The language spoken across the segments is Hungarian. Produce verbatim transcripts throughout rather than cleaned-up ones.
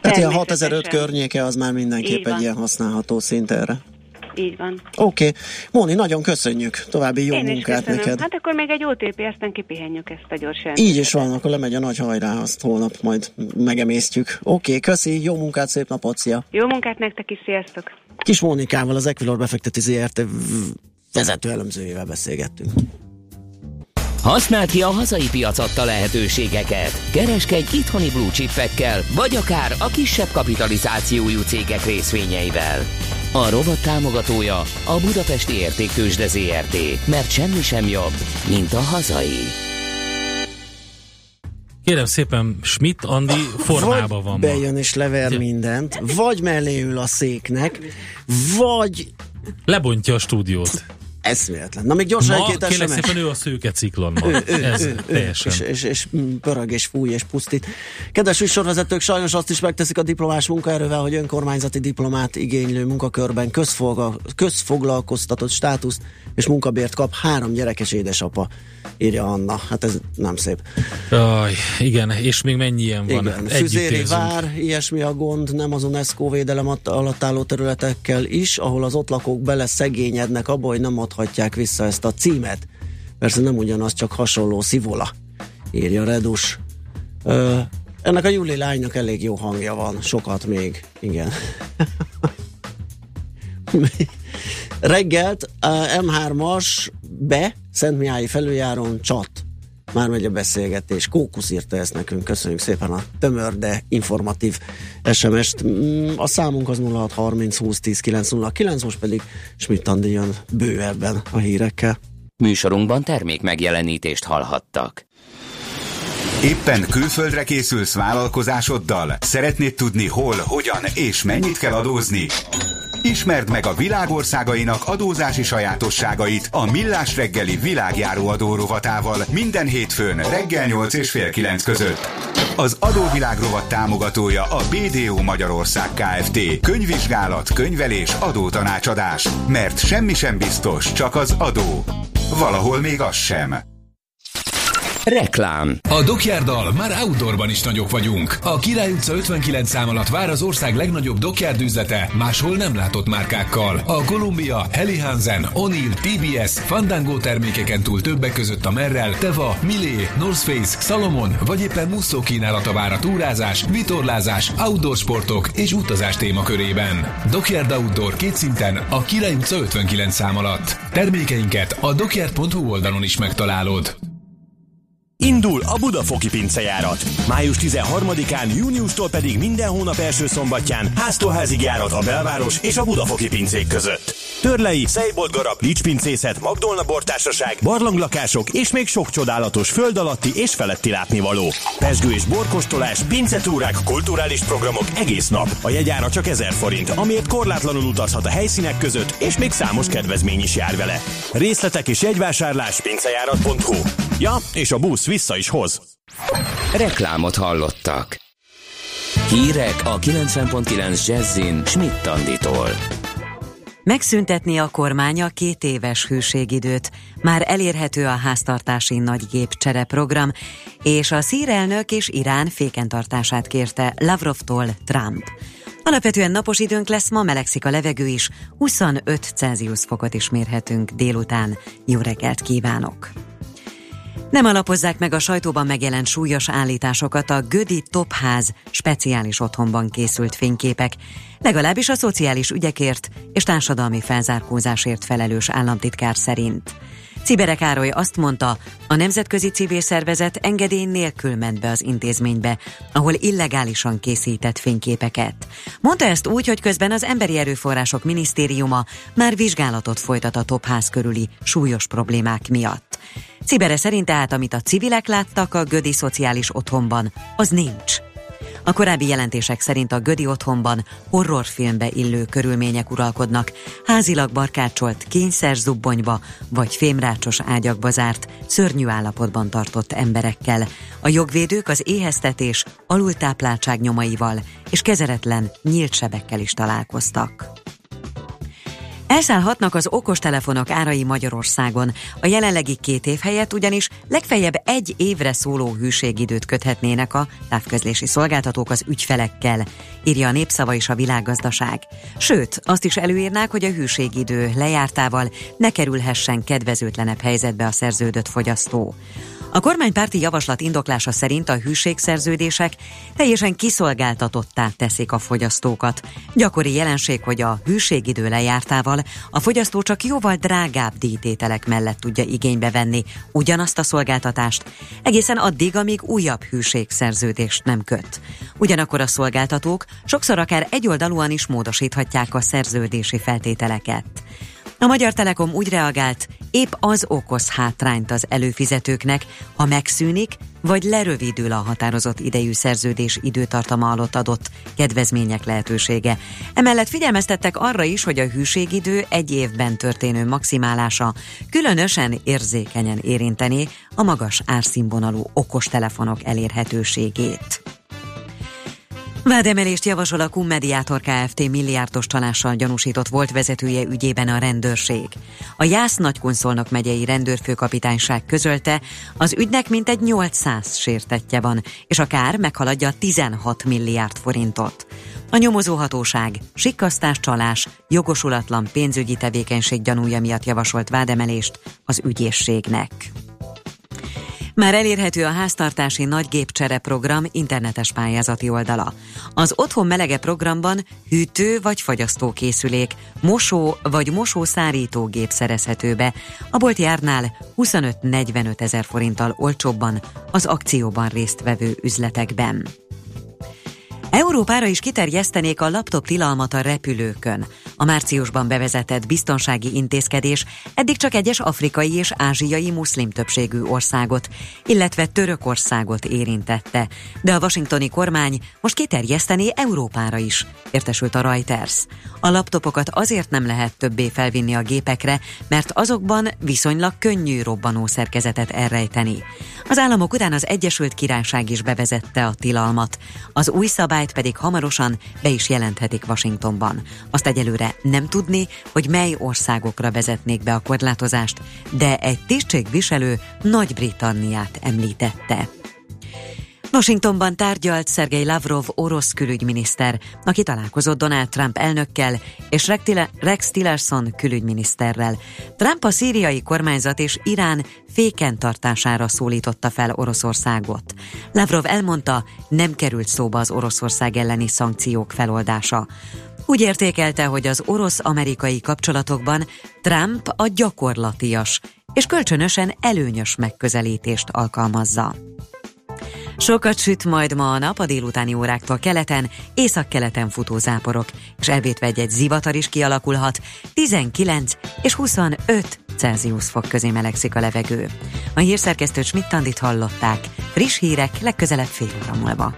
Tehát ilyen hatezer-öt környéke az már mindenképp egy ilyen használható szint erre. Így van. Oké. Okay. Móni, nagyon köszönjük. További jó Én munkát neked. Hát akkor még egy ó té pé, aztán kipihenjük ezt a gyors jelentést. Így is van, akkor lemegy a nagy hajrá, azt holnap majd megemésztjük. Oké, okay, köszi, jó munkát, szép napot, szia! Jó munkát nektek is, sziasztok! Kis Mónikával, az Equilor befektető zé er té vezető elemzőjével beszélgettünk. Használd ki a hazai piac adta lehetőségeket. Kereskedj itthoni blue chipekkel, vagy akár a kisebb kapitalizációjú cégek részvényeivel. A rovat támogatója a Budapesti Értéktőzsde zé er té, mert semmi sem jobb, mint a hazai. Kérem szépen, Schmidt Andi formában van. Bejön és lever mindent, vagy mellé ül a széknek, vagy lebontja a stúdiót. Eszméletlen. Na még gyorsan egy-két es em es. Kérlek szépen, ő a szőke ciklon ma. Ő, ő, Ez ő, teljesen. És, és, és pörög, és fúj, és pusztít. Kedves műsorvezetők, sajnos azt is megteszik a diplomás munkaerővel, hogy önkormányzati diplomát igénylő munkakörben közfogla, közfoglalkoztatott státuszt és munkabért kap három gyerekes édesapa, írja Anna. Hát ez nem szép. Aj, igen, és még mennyi ilyen van? Igen, Füzéri vár, ilyesmi a gond, nem az UNESCO védelem alatt álló területekkel is, ahol az ott lakók bele szegényednek abba, hogy nem adhatják vissza ezt a címet. Persze nem ugyanaz, csak hasonló szivola, írja Redus. Ö, ennek a Júli lánynak elég jó hangja van, sokat még, igen. Reggelt em hármas be, Szentmiályi felüljárón csat. Már megy a beszélgetés. Kókusz írta ezt nekünk. Köszönjük szépen a tömör, de informatív es em est. A számunk az nulla hat harminc húsz tíz kilenc nulla kilenc, most pedig Schmidt Andi jön bővebben a hírekkel. Műsorunkban termék megjelenítést hallhattak. Éppen külföldre készülsz vállalkozásoddal? Szeretnéd tudni hol, hogyan és mennyit kell adózni? Ismerd meg a világországainak adózási sajátosságait a Millás reggeli világjáró adó rovatával minden hétfőn reggel nyolc és fél kilenc között. Az adóvilág rovat támogatója a bé dé o Magyarország Kft. Könyvvizsgálat, könyvelés, adótanácsadás. Mert semmi sem biztos, csak az adó. Valahol még az sem. Reklám. A Dockyarddal már outdoorban is nagyok vagyunk. A Király utca ötvenkilenc szám alatt vár az ország legnagyobb Dockyard üzlete, máshol nem látott márkákkal. A Columbia, Helly Hansen, O'Neill, té bé es, Fandango termékeken túl többek között a Merrell, Teva, Milé, North Face, Salomon vagy éppen Musso kínálata vár a túrázás, vitorlázás, outdoor sportok és utazás témakörében. Dockyard Outdoor két szinten a Király utca ötvenkilenc szám alatt. Termékeinket a dockyard pont hu oldalon is megtalálod. Indul a Budafoki pincejárat. május tizenharmadikán, júniustól pedig minden hónap első szombatján háztól házig járat a belváros és a Budafoki pincék között. Törlei, szejboltgarab, lincspincészet, Magdolna bortársaság, barlanglakások és még sok csodálatos föld alatti és feletti látnivaló. Pezsgő és borkostolás, pincetúrák, kulturális programok egész nap. A jegyára csak ezer forint, amiért korlátlanul utazhat a helyszínek között, és még számos kedvezmény is jár vele. Részletek és jegyvásárlás pincejárat pont hu. Ja, és a busz vissza is hoz. Reklámot hallottak. Hírek a kilencven pont kilenc Jazzin Schmidt Anditól. Megszüntetni a kormány a két éves hűségidőt. Már elérhető a háztartási nagygépcsere program, és a szír elnök és Irán fékentartását kérte Lavrovtól Trump. Alapvetően napos időnk lesz, ma melegszik a levegő is, huszonöt Celsius fokot is mérhetünk délután. Jó reggelt kívánok! Nem alapozzák meg a sajtóban megjelent súlyos állításokat a Gödi Topház speciális otthonban készült fényképek, legalábbis a szociális ügyekért és társadalmi felzárkózásért felelős államtitkár szerint. Cibere Károly azt mondta, a nemzetközi civil szervezet engedély nélkül ment be az intézménybe, ahol illegálisan készített fényképeket. Mondta ezt úgy, hogy közben az Emberi Erőforrások Minisztériuma már vizsgálatot folytat a Topház körüli súlyos problémák miatt. Cibere szerint tehát, amit a civilek láttak a Gödi szociális otthonban, az nincs. A korábbi jelentések szerint a Gödi otthonban horrorfilmbe illő körülmények uralkodnak, házilag barkácsolt, kényszerzubbonyba vagy fémrácsos ágyakba zárt, szörnyű állapotban tartott emberekkel. A jogvédők az éheztetés, alultápláltság nyomaival és kezeretlen, nyílt sebekkel is találkoztak. Elszállhatnak az okostelefonok árai Magyarországon. A jelenlegi két év helyett ugyanis legfeljebb egy évre szóló hűségidőt köthetnének a távközlési szolgáltatók az ügyfelekkel, írja a Népszava és a Világgazdaság. Sőt, azt is előírnák, hogy a hűségidő lejártával ne kerülhessen kedvezőtlenebb helyzetbe a szerződött fogyasztó. A kormánypárti javaslat indoklása szerint a hűségszerződések teljesen kiszolgáltatottá teszik a fogyasztókat. Gyakori jelenség, hogy a hűségidő lejártával a fogyasztó csak jóval drágább díjtételek mellett tudja igénybe venni ugyanazt a szolgáltatást, egészen addig, amíg újabb hűségszerződést nem köt. Ugyanakkor a szolgáltatók sokszor akár egyoldalúan is módosíthatják a szerződési feltételeket. A Magyar Telekom úgy reagált, épp az okoz hátrányt az előfizetőknek, ha megszűnik, vagy lerövidül a határozott idejű szerződés időtartama alatt adott kedvezmények lehetősége. Emellett figyelmeztettek arra is, hogy a hűségidő egy évben történő maximálása különösen érzékenyen érinteni a magas árszínvonalú okostelefonok elérhetőségét. Vádemelést javasol a Kum Mediátor Kft. Milliárdos csalással gyanúsított volt vezetője ügyében a rendőrség. A Jász-Nagykunszolnok megyei rendőrfőkapitányság közölte, az ügynek mintegy nyolcszáz sértettje van, és a kár meghaladja tizenhat milliárd forintot. A nyomozóhatóság sikkasztás, csalás, jogosulatlan pénzügyi tevékenység gyanúja miatt javasolt vádemelést az ügyészségnek. Már elérhető a háztartási nagygépcsere program internetes pályázati oldala. Az Otthon melege programban hűtő vagy fagyasztókészülék, mosó vagy mosószárítógép szerezhető be, a boltjárnál huszonöt-negyvenöt ezer forinttal olcsóbban az akcióban résztvevő üzletekben. Európára is kiterjesztenék a laptop tilalmat a repülőkön. A márciusban bevezetett biztonsági intézkedés eddig csak egyes afrikai és ázsiai muszlim többségű országot, illetve Törökországot érintette, de a washingtoni kormány most kiterjesztené Európára is, értesült a Reuters. A laptopokat azért nem lehet többé felvinni a gépekre, mert azokban viszonylag könnyű robbanó szerkezetet elrejteni. Az államok után az Egyesült Királyság is bevezette a tilalmat. Az új szabályt pedig hamarosan be is jelenthetik Washingtonban. Azt egyelőre nem tudni, hogy mely országokra vezetnék be a korlátozást, de egy tisztségviselő Nagy-Britanniát említette. Washingtonban tárgyalt Szergej Lavrov orosz külügyminiszter, aki találkozott Donald Trump elnökkel és Rex Tillerson külügyminiszterrel. Trump a szíriai kormányzat és Irán féken tartására szólította fel Oroszországot. Lavrov elmondta, nem került szóba az Oroszország elleni szankciók feloldása. Úgy értékelte, hogy az orosz-amerikai kapcsolatokban Trump a gyakorlatias és kölcsönösen előnyös megközelítést alkalmazza. Sokat süt majd ma a nap, a délutáni óráktól keleten, északkeleten futó záporok, és elvétve egy-egy zivatar is kialakulhat, tizenkilenc és huszonöt Celsius fok közé melegszik a levegő. A hírszerkesztőt Schmidt-Andit hallották, friss hírek legközelebb fél óra múlva.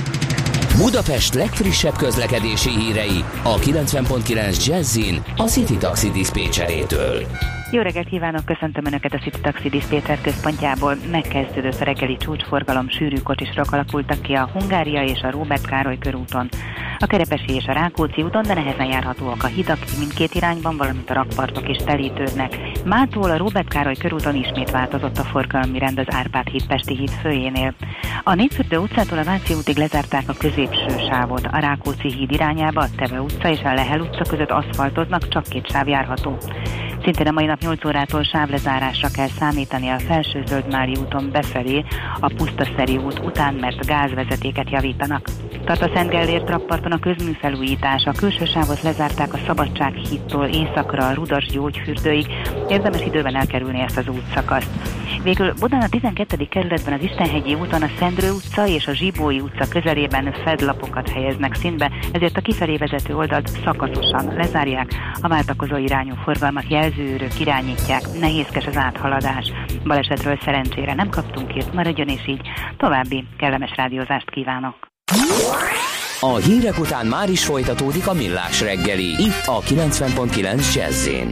Budapest legfrissebb közlekedési hírei a kilencven pont kilenc Jazzin a City Taxi diszpécserétől. Jó reggelt kívánok, köszöntöm Önöket a City Taxi diszpécser központjából. Megkezdődött a reggeli csúcsforgalom, sűrű kocsisrak alakultak ki a Hungária és a Róbert Károly körúton, a Kerepesi és a Rákóczi úton, de nehezen járhatóak a hidak mindkét irányban, valamint a rakpartok is telítődnek. Mától a Róbert Károly körúton ismét változott a forgalmi rend az Árpád híd Pesti híd főjénél. A Népfürdő utcától a Váci útig lezárták a középső sávot, a Rákóczi híd irányába a Teve utca és a Lehel utca között aszfaltoznak, csak két sáv járható. Szintén a mai nap nyolc órától sávlezárásra kell számítani a Felső Zöldmári úton befelé, a Pusztaszeri út után, mert gázvezetéket javítanak. Tart a Szent Gellért rakparton a közműfelújítás, a külső sávot lezárták a Szabadság hídtól északra a Rudas gyógyfürdőig, érdemes időben elkerülni ezt az útszakaszt. Végül Budán a tizenkettedik kerületben az Istenhegyi úton a Szendrő utca és a Zsibói utca közelében fedlapokat helyeznek színbe, ezért a kifelé vezető oldalt szakaszosan lezárják, a váltakozó irányú forgalmat jelzőőrök irányítják, nehézkes az áthaladás. Balesetről szerencsére nem kaptunk hírt, maradjon és így további kellemes rádiózást kívánok. A hírek után már is folytatódik a Millás reggeli, itt a kilencven pont kilenc Jazz-én.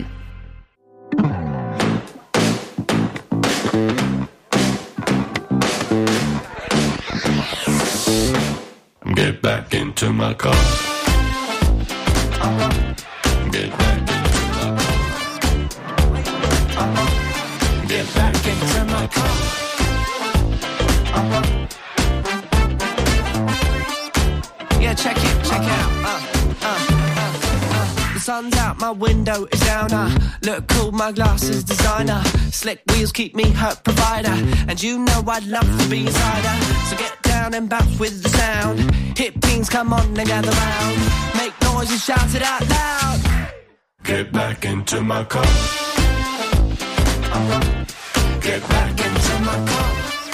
Get back into my car. Get back into my car. Get back into my car. Uh-huh. Yeah, check it, check it out. Uh, uh, uh, uh. The sun's out, my window is down. I look cool, my glasses designer. Slick wheels keep me hurt provider. And you know I'd love to be inside her. So get down and bounce with the sound. Hip beans, come on and gather round. Make noise and shout it out loud. Get back into my car. Uh-huh. Get back into my car.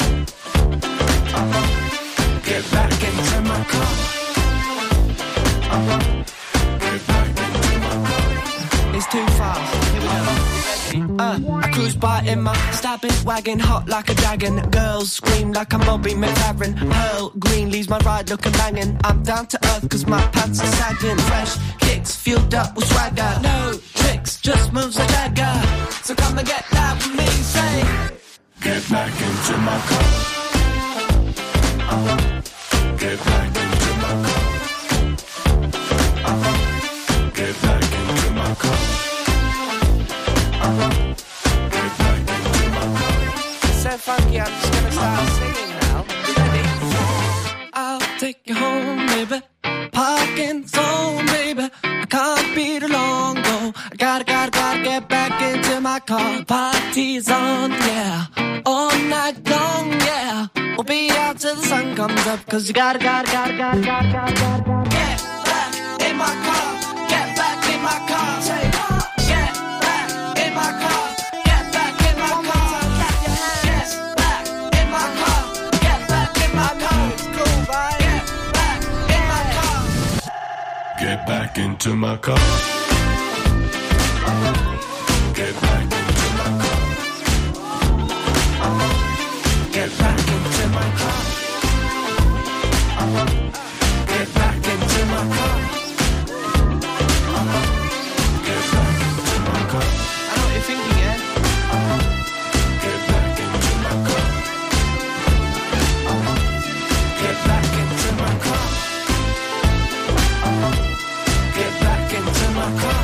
Uh-huh. Get back into my car. Uh-huh. Get back into my car. It's too fast. Here we go. Uh, I cruise by in my stabbing wagon, hot like a dragon. Girls scream like I'm Bobby McLaren. Pearl green leaves my ride looking banging. I'm down to earth cause my pants are sagging. Fresh kicks fueled up with swagger. No tricks, just moves like Jagger. So come and get that with me, say. Get back into my car. Uh-huh. Get back into my car. Uh-huh. Get back into my car. Uh-huh. Get back into my car. So funky, I'm just gonna start singing now. You ready? I'll take you home, baby. Parking zone, baby. I can't be too long, though. I gotta, gotta, gotta get back into my car. Party's on, yeah. All night long, yeah. We'll be out till the sun comes up. Cause you gotta, gotta, gotta, gotta, gotta, gotta, gotta, gotta get back in my car. Get back in my car. Say, get back in my car. Get back in my car. Get back in my car. Get back in my car. It's cool, right? Get back in my car. Get back into my car. Uh-huh. Get back into my car. Uh-huh. Get back into my car. Uh-huh. Get back into my car. Uh-huh. Get back into my car. I know what you're thinking, yeah? Uh-huh. Get back into my car. Uh-huh. Get back into my car. Uh-huh. Get back into my car.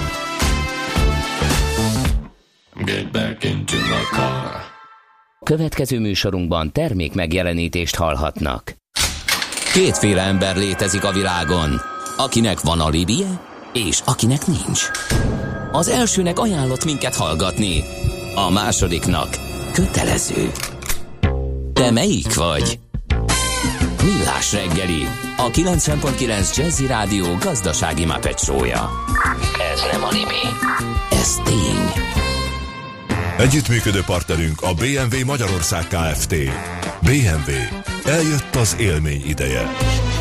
Get back into my car. Következő műsorunkban termék megjelenítést hallhatnak. Kétféle ember létezik a világon, akinek van alibije, és akinek nincs. Az elsőnek ajánlott minket hallgatni, a másodiknak kötelező. Te melyik vagy? Millás reggeli, a kilencven pont kilenc Jazzy Rádió gazdasági Muppet show-ja. Ez nem anime, ez tény. Együttműködő partnerünk a bé em vé Magyarország Kft. bé em vé. Eljött az élmény ideje.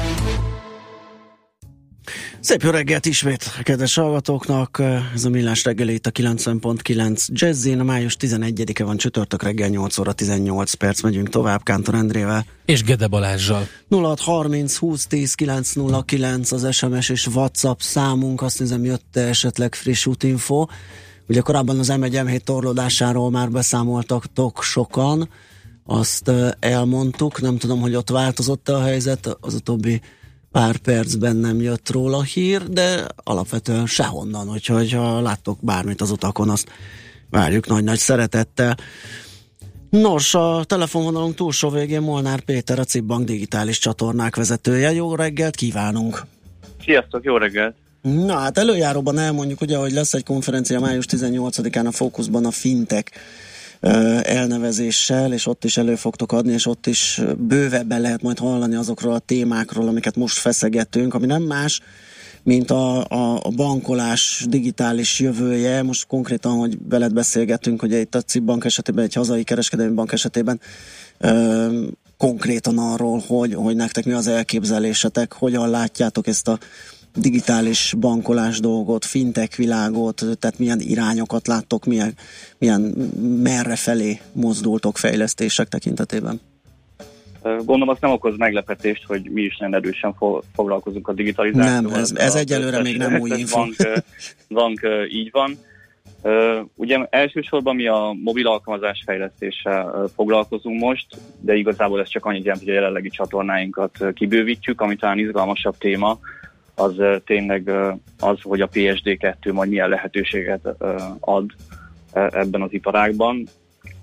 Szép jó reggelt ismét a kedves hallgatóknak. Ez a Millás reggeli itt a kilencven pont kilenc Jazzin. A május tizenegyedike van, csütörtök reggel, nyolc óra tizennyolc perc. Megyünk tovább Kántor Endrével. És Gede Balázssal. nulla hat harminc húsz tíz kilenc nulla kilenc az es em es és WhatsApp számunk. Azt nézem, jött-e esetleg friss útinfo. Ugye korábban az em egy em hét torlódásáról már beszámoltak sokan, azt elmondtuk, nem tudom, hogy ott változott a helyzet, az utóbbi pár percben nem jött róla hír, de alapvetően sehonnan, úgyhogy ha láttok bármit az utakon, azt várjuk nagy-nagy szeretettel. Nos, a telefonvonalunk túlsó végén Molnár Péter, a cé i bé Bank digitális csatornák vezetője. Jó reggelt kívánunk! Sziasztok, jó reggelt! Na hát előjáróban elmondjuk, ugye, hogy lesz egy konferencia május tizennyolcadikán a Fókuszban a Fintech elnevezéssel, és ott is elő fogtok adni, és ott is bővebben lehet majd hallani azokról a témákról, amiket most feszegetünk, ami nem más, mint a, a, a bankolás digitális jövője. Most konkrétan, hogy veled beszélgetünk, hogy itt a cé i bé Bank esetében, egy hazai kereskedelmi bank esetében ö, konkrétan arról, hogy, hogy nektek mi az elképzelésetek, hogyan látjátok ezt a digitális bankolás dolgot, fintech világot, tehát milyen irányokat láttok, milyen, milyen merre felé mozdultok fejlesztések tekintetében? Gondolom azt nem okoz meglepetést, hogy mi is nagyon erősen fo- foglalkozunk a digitalizációval. Nem, ez, ez egyelőre még nem új info. Bank, bank így van. Ugye elsősorban mi a mobil alkalmazás fejlesztéssel foglalkozunk most, de igazából ez csak annyit jelent, hogy a jelenlegi csatornáinkat kibővítjük, ami talán izgalmasabb téma, az tényleg az, hogy a pé es dé kettő majd milyen lehetőséget ad ebben az iparágban.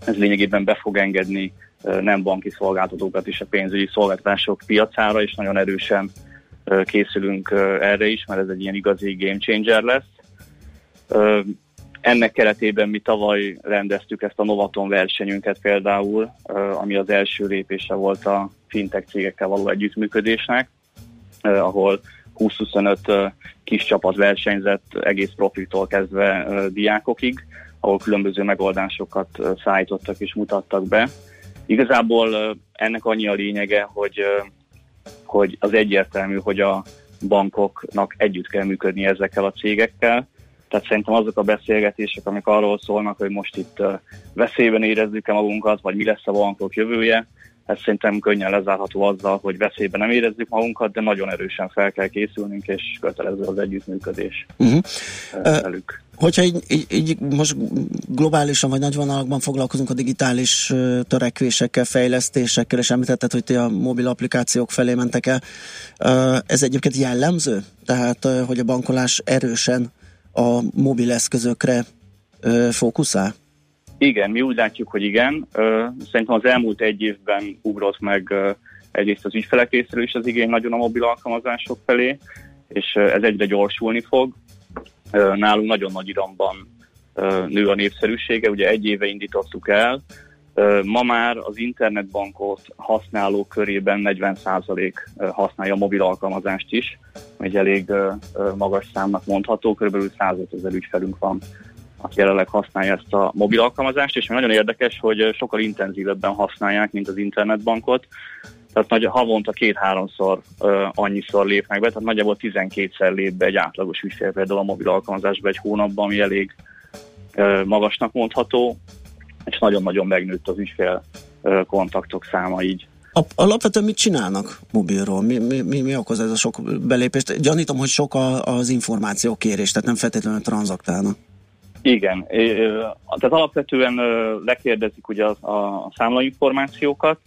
Ez lényegében be fog engedni nem banki szolgáltatókat is a pénzügyi szolgáltatások piacára, és nagyon erősen készülünk erre is, mert ez egy ilyen igazi game changer lesz. Ennek keretében mi tavaly rendeztük ezt a Novaton versenyünket például, ami az első lépése volt a fintech cégekkel való együttműködésnek, ahol húsz-huszonöt kis csapat versenyzett egész profitól kezdve diákokig, ahol különböző megoldásokat szállítottak és mutattak be. Igazából ennek annyi a lényege, hogy, hogy az egyértelmű, hogy a bankoknak együtt kell működni ezekkel a cégekkel. Tehát szerintem azok a beszélgetések, amik arról szólnak, hogy most itt veszélyben érezzük-e magunkat, vagy mi lesz a bankok jövője, ez szerintem könnyen lezárható azzal, hogy veszélyben nem érezzük magunkat, de nagyon erősen fel kell készülnünk, és kötelező az együttműködés uh-huh. velük. Uh, hogyha így, így, így most globálisan vagy nagy vonalakban foglalkozunk a digitális uh, törekvésekkel, fejlesztésekkel, és említetted, hogy ti a mobil applikációk felé mentek el. Uh, ez egyébként jellemző? Tehát, uh, hogy a bankolás erősen a mobil eszközökre uh, fókuszál? Igen, mi úgy látjuk, hogy igen. Szerintem az elmúlt egy évben ugrott meg egyrészt az ügyfelek részéről is az igény nagyon a mobil alkalmazások felé, és ez egyre gyorsulni fog. Nálunk nagyon nagy iramban nő a népszerűsége, ugye egy éve indítottuk el. Ma már az internetbankot használók körében negyven százalék használja a mobil alkalmazást is, egy elég magas számnak mondható, körülbelül százötezer ügyfelünk van, aki jelenleg használja ezt a mobil alkalmazást, és nagyon érdekes, hogy sokkal intenzívebben használják, mint az internetbankot. Tehát nagy, havonta két-háromszor uh, annyiszor lépnek be, tehát nagyjából tizenkétszer lép be egy átlagos ügyfél például a mobil alkalmazásba egy hónapban, ami elég uh, magasnak mondható, és nagyon-nagyon megnőtt az ügyfél uh, kontaktok száma így. Alapvetően mit csinálnak mobilról? Mi, mi, mi, mi okoz ez a sok belépést? Gyanítom, hogy sok az információkérés, tehát nem feltétlenül tranzaktálnak. Igen, tehát alapvetően lekérdezik ugye a, a számlainformációkat.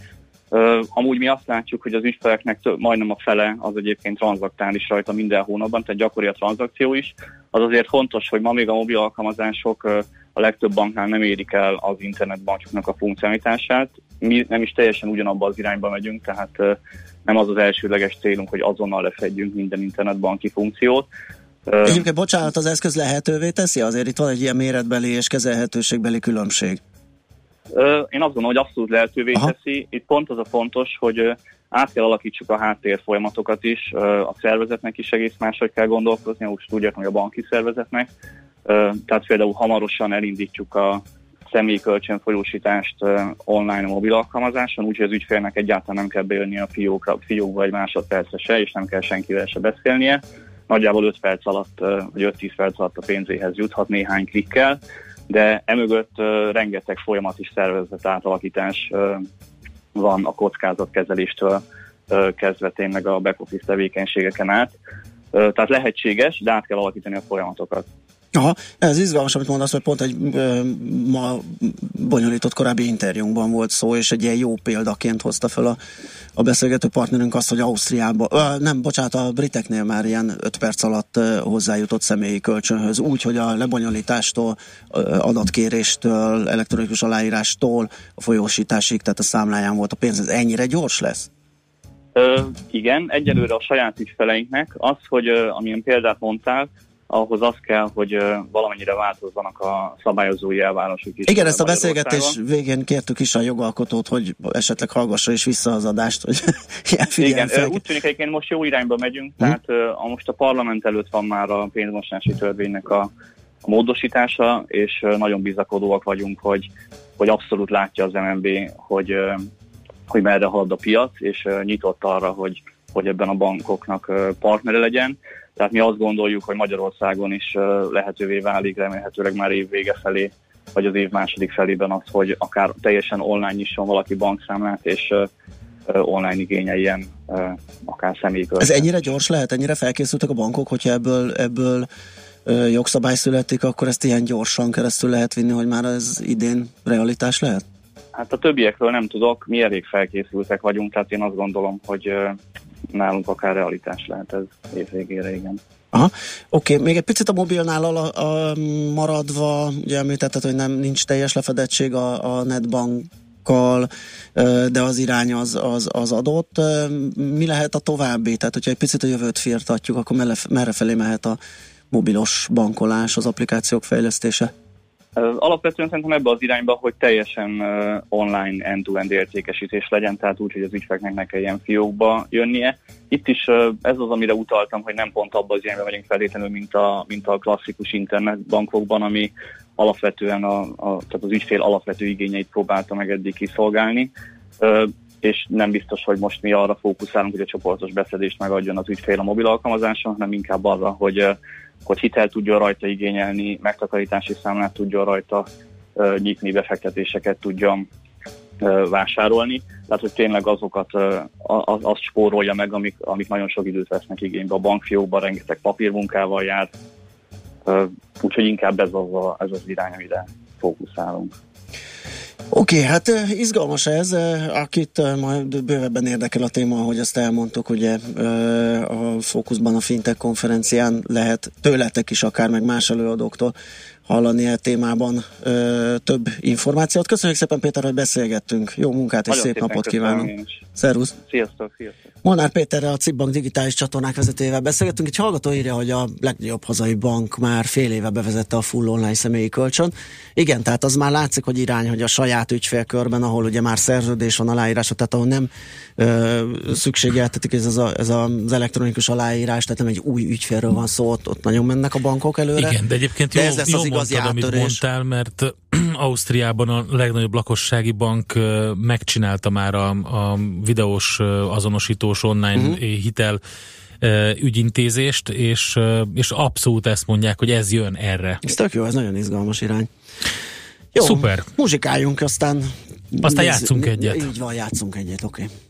Amúgy mi azt látjuk, hogy az ügyfeleknek több, majdnem a fele az egyébként tranzaktál is rajta minden hónapban, tehát gyakori a tranzakció is. Az azért fontos, hogy ma még a mobil alkalmazások a legtöbb banknál nem érik el az internetbankoknak a funkcionalitását. Mi nem is teljesen ugyanabba az irányba megyünk, tehát nem az az elsődleges célunk, hogy azonnal lefedjünk minden internetbanki funkciót. Egyébként, bocsánat, az eszköz lehetővé teszi? Azért itt van egy ilyen méretbeli és kezelhetőségbeli különbség. Én azt gondolom, hogy abszolút lehetővé Aha. teszi. Itt pont az a fontos, hogy át kell alakítsuk a háttér folyamatokat is. A szervezetnek is egész máshogy kell gondolkozni, úgy tudják, hogy a banki szervezetnek. Tehát például hamarosan elindítjuk a személyi kölcsönfolyósítást online a mobil alkalmazáson, úgyhogy az ügyfélnek egyáltalán nem kell bejönni a fiókra, fiókba egy másodpercre se, és nem kell senkivel se beszélnie. Nagyjából öt perc alatt, vagy öt-tíz perc alatt a pénzéhez juthat néhány klikkel, de emögött uh, rengeteg folyamat és szervezet átalakítás uh, van a kockázatkezeléstől uh, kezdve tényleg a back-office tevékenységeken át. Uh, tehát lehetséges, de át kell alakítani a folyamatokat. Aha, ez izgalmas, amit mondasz, hogy pont egy ö, ma bonyolított korábbi interjúnkban volt szó, és egy ilyen jó példaként hozta fel a, a beszélgető partnerünk azt, hogy Ausztriában, ö, nem, bocsánat, a briteknél már ilyen öt perc alatt ö, hozzájutott személyi kölcsönhöz, úgy, hogy a lebonyolítástól, ö, adatkéréstől, elektronikus aláírástól, a folyósításig, tehát a számláján volt a pénz, ez ennyire gyors lesz? Ö, igen, egyelőre a saját ügyfeleinknek az, hogy ö, amilyen példát mondtál, ahhoz az kell, hogy uh, valamennyire változzanak a szabályozói elvárások is. Igen, ezt a beszélgetés végén kértük is a jogalkotót, hogy esetleg hallgassa is vissza az adást, hogy igen, fel. Úgy tűnik, hogy most jó irányba megyünk, hm? tehát uh, most a parlament előtt van már a pénzmosási törvénynek a, a módosítása, és uh, nagyon bizakodóak vagyunk, hogy, hogy abszolút látja az em en bé, hogy, uh, hogy merre halad a piac, és uh, nyitott arra, hogy, hogy ebben a bankoknak uh, partnere legyen. Tehát mi azt gondoljuk, hogy Magyarországon is lehetővé válik, remélhetőleg már év vége felé, vagy az év második felében az, hogy akár teljesen online nyisson valaki bankszámlát, és online igényeljen akár személykölcsön. Ez ennyire gyors lehet, ennyire felkészültek a bankok, hogyha ebből, ebből jogszabály születik, akkor ezt ilyen gyorsan keresztül lehet vinni, hogy már ez idén realitás lehet? Hát a többiekről nem tudok, mi elég felkészültek vagyunk, tehát én azt gondolom, hogy nálunk akár realitás lehet ez évvégére, igen. Aha, oké, okay. Még egy picit a mobilnál a, a, maradva, ugye említetted, hogy nem nincs teljes lefedettség a, a netbankkal, de az irány az, az, az adott. Mi lehet a további? Tehát, hogyha egy picit a jövőt firtatjuk, akkor merre, merre felé mehet a mobilos bankolás, az applikációk fejlesztése? Alapvetően szerintem ebbe az irányba, hogy teljesen uh, online end-to-end értékesítés legyen, tehát úgy, hogy az ügyfeleknek ne kelljen fiókba jönnie. Itt is uh, ez az, amire utaltam, hogy nem pont abban az irányba megyünk feltétlenül, mint a, mint a klasszikus internetbankokban, ami alapvetően a, a, tehát az ügyfél alapvető igényeit próbálta meg eddig kiszolgálni, uh, és nem biztos, hogy most mi arra fókuszálunk, hogy a csoportos beszedést megadjon az ügyfél a mobil alkalmazáson, hanem inkább arra, hogy uh, hogy hitel tudjon rajta igényelni, megtakarítási számlát tudjon rajta uh, nyitni, befektetéseket tudjon uh, vásárolni. Tehát, hogy tényleg azokat uh, az, azt spórolja meg, amik, amik nagyon sok időt vesznek igénybe. A bankfiókban rengeteg papírmunkával jár, uh, úgyhogy inkább ez az, a, ez az irány, amire fókuszálunk. Oké, okay, hát izgalmas ez, akit majd bővebben érdekel a téma, ahogy azt elmondtuk, ugye a Fókuszban a Fintech konferencián lehet tőletek is akár, meg más előadóktól hallani a témában ö, több információt. Köszönjük szépen, Péter, hogy beszélgettünk. Jó munkát és nagyon szép napot kívánunk. Szervusz! Sziasztok, sziasztok! Molnár Péterrel, a cé i bé Bank digitális csatornák vezetőjével beszélgettünk. Egy hallgató írja, hogy a legnagyobb hazai bank már fél éve bevezette a full online személyi kölcsön. Igen, tehát az már látszik, hogy irány, hogy a saját ügyfélkörben, ahol ugye már szerződés van, aláírása, tehát ahol nem ö, szükségeltetik ez, az, a, ez az elektronikus aláírás, tehát nem egy új ügyfélről van szó, ott, ott nagyon mennek a bankok előre. Igen, de egyébként jó, de ez lesz jó az igazi mondtad, amit mondtál, mert Ausztriában a legnagyobb lakossági bank megcsinálta már a, a videós azonosítós online uh-huh. hitel ügyintézést, és, és abszolút ezt mondják, hogy ez jön erre. Ez tök jó, ez nagyon izgalmas irány. Jó, szuper. Muzsikáljunk, aztán aztán nézz, játszunk egyet. Így van, játszunk egyet, oké. Okay.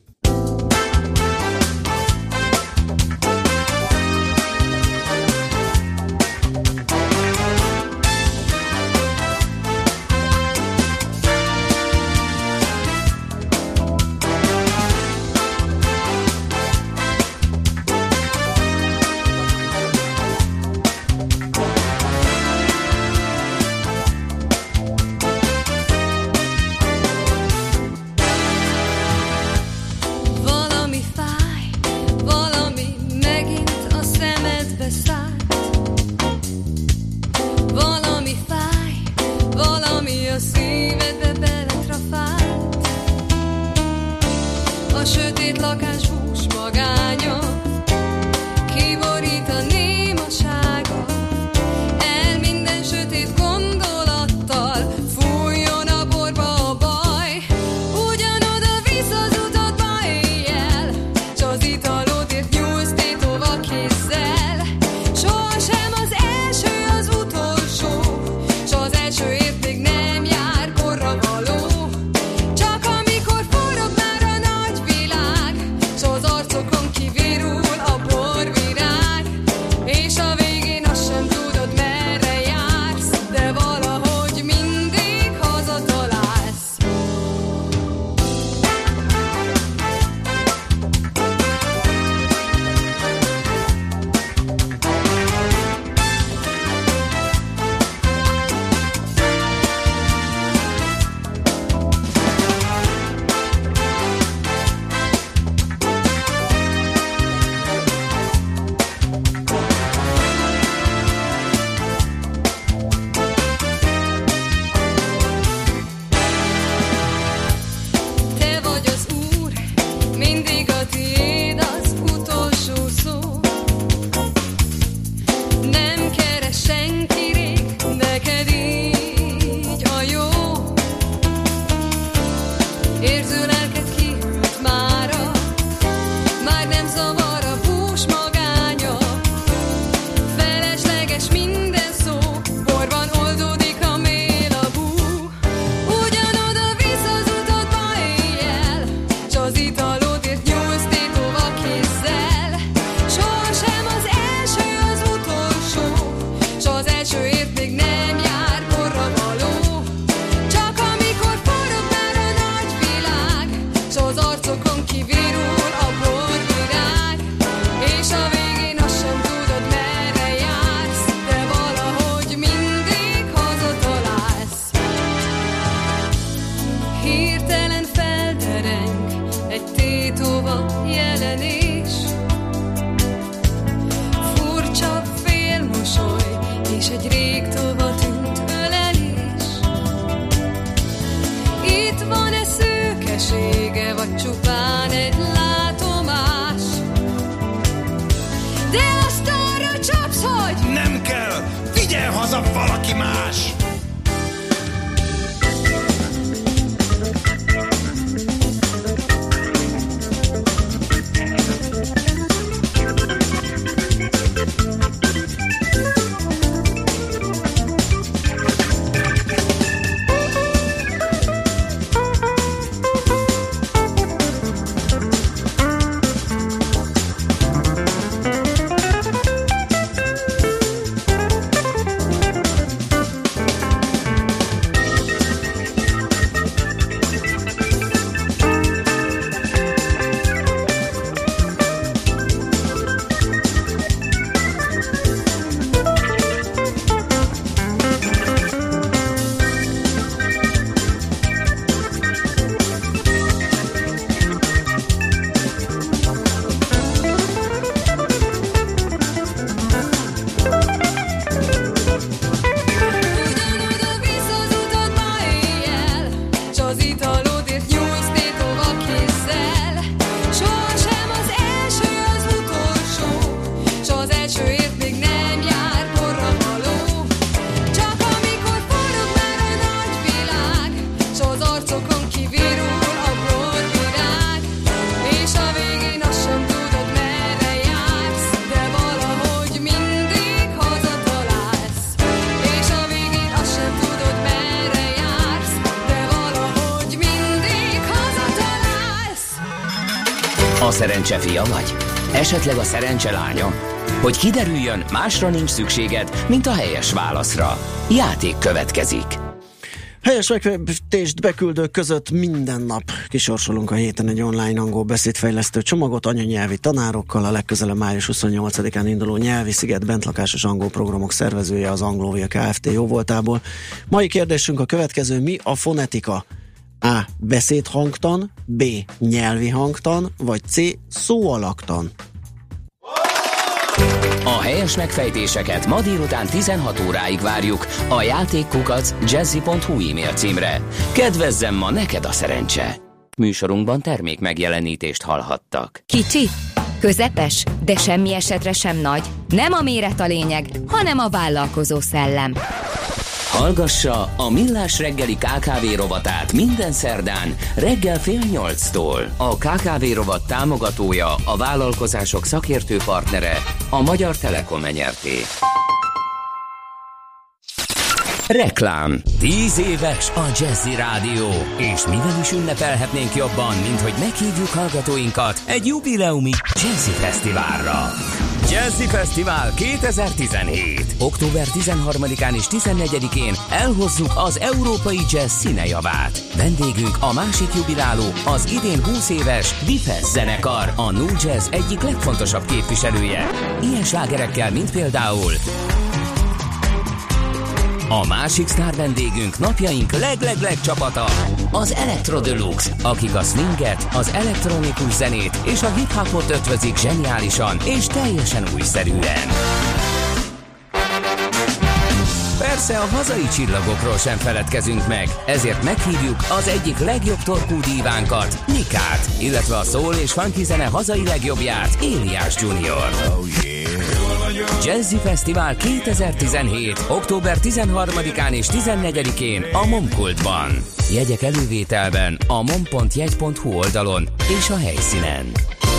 Csak amikor forog már a nagy világ, egy rég tova tűnt ölelés. Itt van-e szőkesége, vagy csupán egy látomás? De azt arra csapsz, hogy nem kell, vigyen haza valaki más! A szerencse fia vagy? Esetleg a szerencse lánya? Hogy kiderüljön, másra nincs szükséged, mint a helyes válaszra. Játék következik. Helyes megfejtést beküldők között minden nap kisorsolunk a héten egy online angol beszédfejlesztő csomagot anyanyelvi tanárokkal. A legközelebb május huszonnyolcadikán induló Nyelvi Sziget bentlakásos angol programok szervezője az Anglovia Kft. Jóvoltából. Mai kérdésünk a következő: mi a fonetika? A. Beszédhangtan, B. Nyelvi hangtan, vagy C. Szóalaktan? A helyes megfejtéseket ma délután tizenhat óráig várjuk a játékkukac jazzy pont hu e-mail címre. Kedvezzem ma neked a szerencse! Műsorunkban termék megjelenítést hallhattak. Kicsi, közepes, de semmi esetre sem nagy. Nem a méret a lényeg, hanem a vállalkozó szellem. Hallgassa a Millás reggeli ká ká vé rovatát minden szerdán reggel fél nyolctól. A ká ká vé rovat támogatója, a vállalkozások szakértő partnere, a Magyar Telekom Nyerté. Reklám. Tíz éves a Jazzy Rádió, és mivel is ünnepelhetnénk jobban, mint hogy meghívjuk hallgatóinkat egy jubileumi Jazzy Fesztiválra. Jazzy Fesztivál kétezer-tizenhét. október tizenharmadikán és tizennegyedikén elhozzuk az európai jazz színejavát. Vendégünk a másik jubiláló, az idén húsz éves Bifesz zenekar, a Nu Jazz egyik legfontosabb képviselője. Ilyen slágerekkel, mint például a másik sztár vendégünk, napjaink leg-leg-leg csapata, az Electro Deluxe, akik a swinget, az elektronikus zenét és a hip-hopot ötvözik zseniálisan és teljesen újszerűen. Persze a hazai csillagokról sem feledkezünk meg, ezért meghívjuk az egyik legjobb torkú dívánkat, Nikát, illetve a soul és funky zene hazai legjobbját, Éliás junior Oh yeah. Jazzy Fesztivál kétezer-tizenhét. október tizenharmadikán és tizennegyedikén a Momkultban. Jegyek elővételben a mom pont jegy pont hu oldalon és a helyszínen.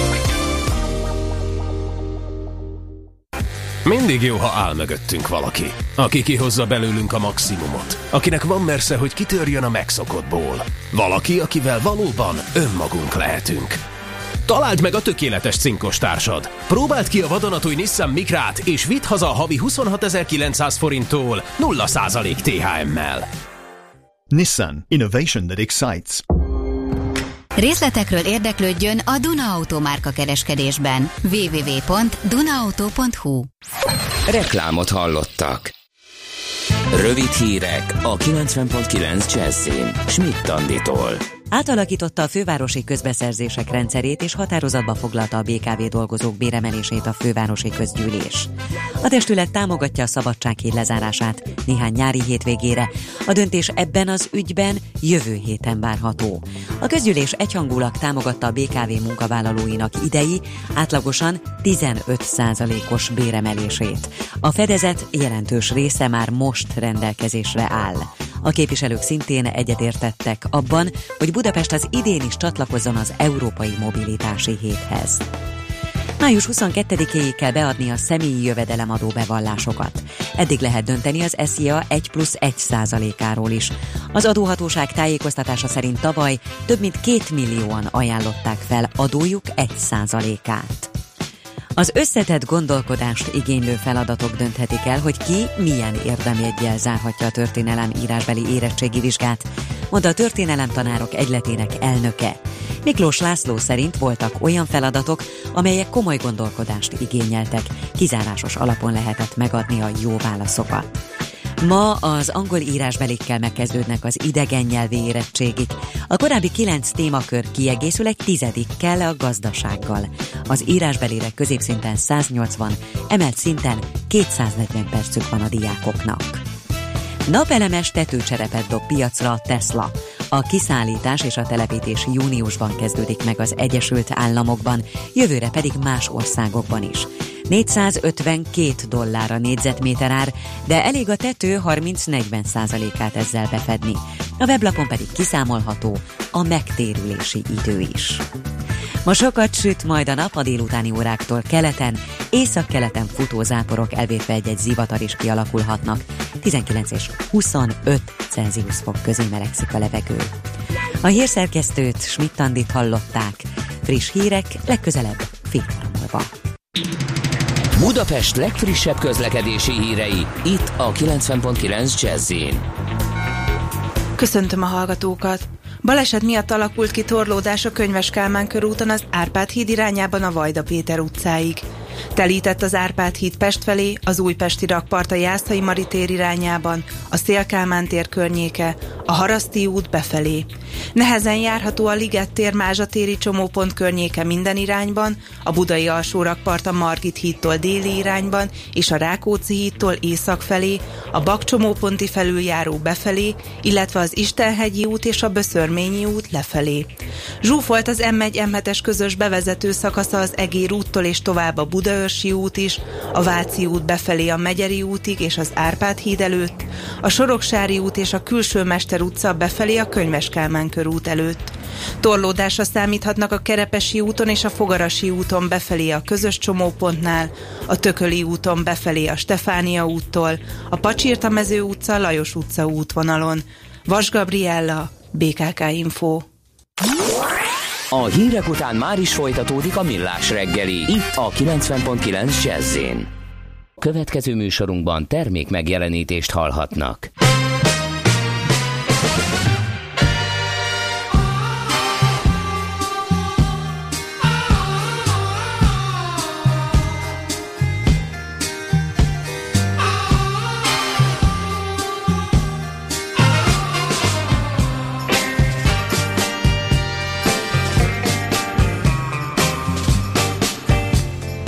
Mindig jó, ha áll mögöttünk valaki, aki kihozza belőlünk a maximumot, akinek van mersze, hogy kitörjön a megszokottból. Valaki, akivel valóban önmagunk lehetünk. Találd meg a tökéletes cinkos társad. Próbáld ki a vadonatúj Nissan Micrát, és vidd haza a havi huszonhatezer-kilencszáz forinttól nulla százalék té há em-mel. Nissan. Innovation that excites. Részletekről érdeklődjön a Duna Auto márka kereskedésben. double-u double-u double-u pont duna auto pont hu. Reklámot hallottak. Rövid hírek a kilencven pont kilenc Jazzin Schmidt Anditól. Átalakította a fővárosi közbeszerzések rendszerét és határozatba foglalta a bé ká vé dolgozók béremelését a fővárosi közgyűlés. A testület támogatja a Szabadsághíd lezárását néhány nyári hétvégére. A döntés ebben az ügyben jövő héten várható. A közgyűlés egyhangulag támogatta a bé ká vé munkavállalóinak idei, átlagosan tizenöt százalékos béremelését. A fedezet jelentős része már most rendelkezésre áll. A képviselők szintén egyetértettek abban, hogy Budapest az idén is csatlakozzon az Európai Mobilitási Héthez. május huszonkettedikéig kell beadni a személyi jövedelemadó bevallásokat. Eddig lehet dönteni az es zé á egy plusz egy százalékáról is. Az adóhatóság tájékoztatása szerint tavaly több mint két millióan ajánlották fel adójuk egy százalékát. Az összetett gondolkodást igénylő feladatok dönthetik el, hogy ki milyen érdemjeggyel zárhatja a történelem írásbeli érettségi vizsgát, mondta a történelemtanárok egyletének elnöke. Miklós László szerint voltak olyan feladatok, amelyek komoly gondolkodást igényeltek, kizárásos alapon lehetett megadni a jó válaszokat. Ma az angol írásbelikkel megkezdődnek az idegen nyelvi érettségik. A korábbi kilenc témakör kiegészül egy tizedikkel, a gazdasággal. Az írásbelire középszinten száznyolcvan, emelt szinten kétszáznegyven percük van a diákoknak. Napelemes tetőcserepet dob piacra a Tesla. A kiszállítás és a telepítés júniusban kezdődik meg az Egyesült Államokban, jövőre pedig más országokban is. négyszázötvenkét dollár a négyzetméter ár, de elég a tető harminc-negyven százalékát ezzel befedni. A weblapon pedig kiszámolható a megtérülési idő is. Ma sokat süt majd a nap, a délutáni óráktól keleten, északkeleten futó záporok elvétve egy-egy zivatar is kialakulhatnak. tizenkilenc és huszonöt Celsius fok közé melegszik a levegő. A hírszerkesztőt, Schmidt-Andit hallották. Friss hírek legközelebb fél óra múlva. Budapest legfrissebb közlekedési hírei, itt a kilencven pont kilenc Jazz-in. Köszöntöm a hallgatókat! Baleset miatt alakult ki torlódás a Könyves Kálmán körúton az Árpád híd irányában a Vajda Péter utcáig. Telített az Árpád híd Pest felé, az Újpesti rakpart a Jászai Mari tér irányában, a Széll-Kálmán tér környéke, a Haraszti út befelé. Nehezen járható a Liget tér Mázsa téri csomópont környéke minden irányban, a Budai alsó rakpart a Margit hídtól déli irányban és a Rákóczi hídtól észak felé, a Bak csomóponti felüljáró befelé, illetve az Istenhegyi út és a Böszörményi út lefelé. Zsúfolt az em egy em hetes közös bevezető szakasza az Egér úttól és tovább a Budaörsi út is, a Váci út befelé a Megyeri útig és az Árpád híd előtt, a Soroksári út és a Külső Mester utca befelé a Könyves Kálmán körút előtt. Torlódásra számíthatnak a Kerepesi úton és a Fogarasi úton befelé a közös csomópontnál, a Tököli úton befelé a Stefánia úttól, a Pacsirtamező utca, Lajos utca útvonalon. Vas Gabriella, bé ká ká Info. A hírek után már is folytatódik a Millás reggeli, itt a kilencven pont kilenc Jazz-in. Következő műsorunkban termék megjelenítést hallhatnak.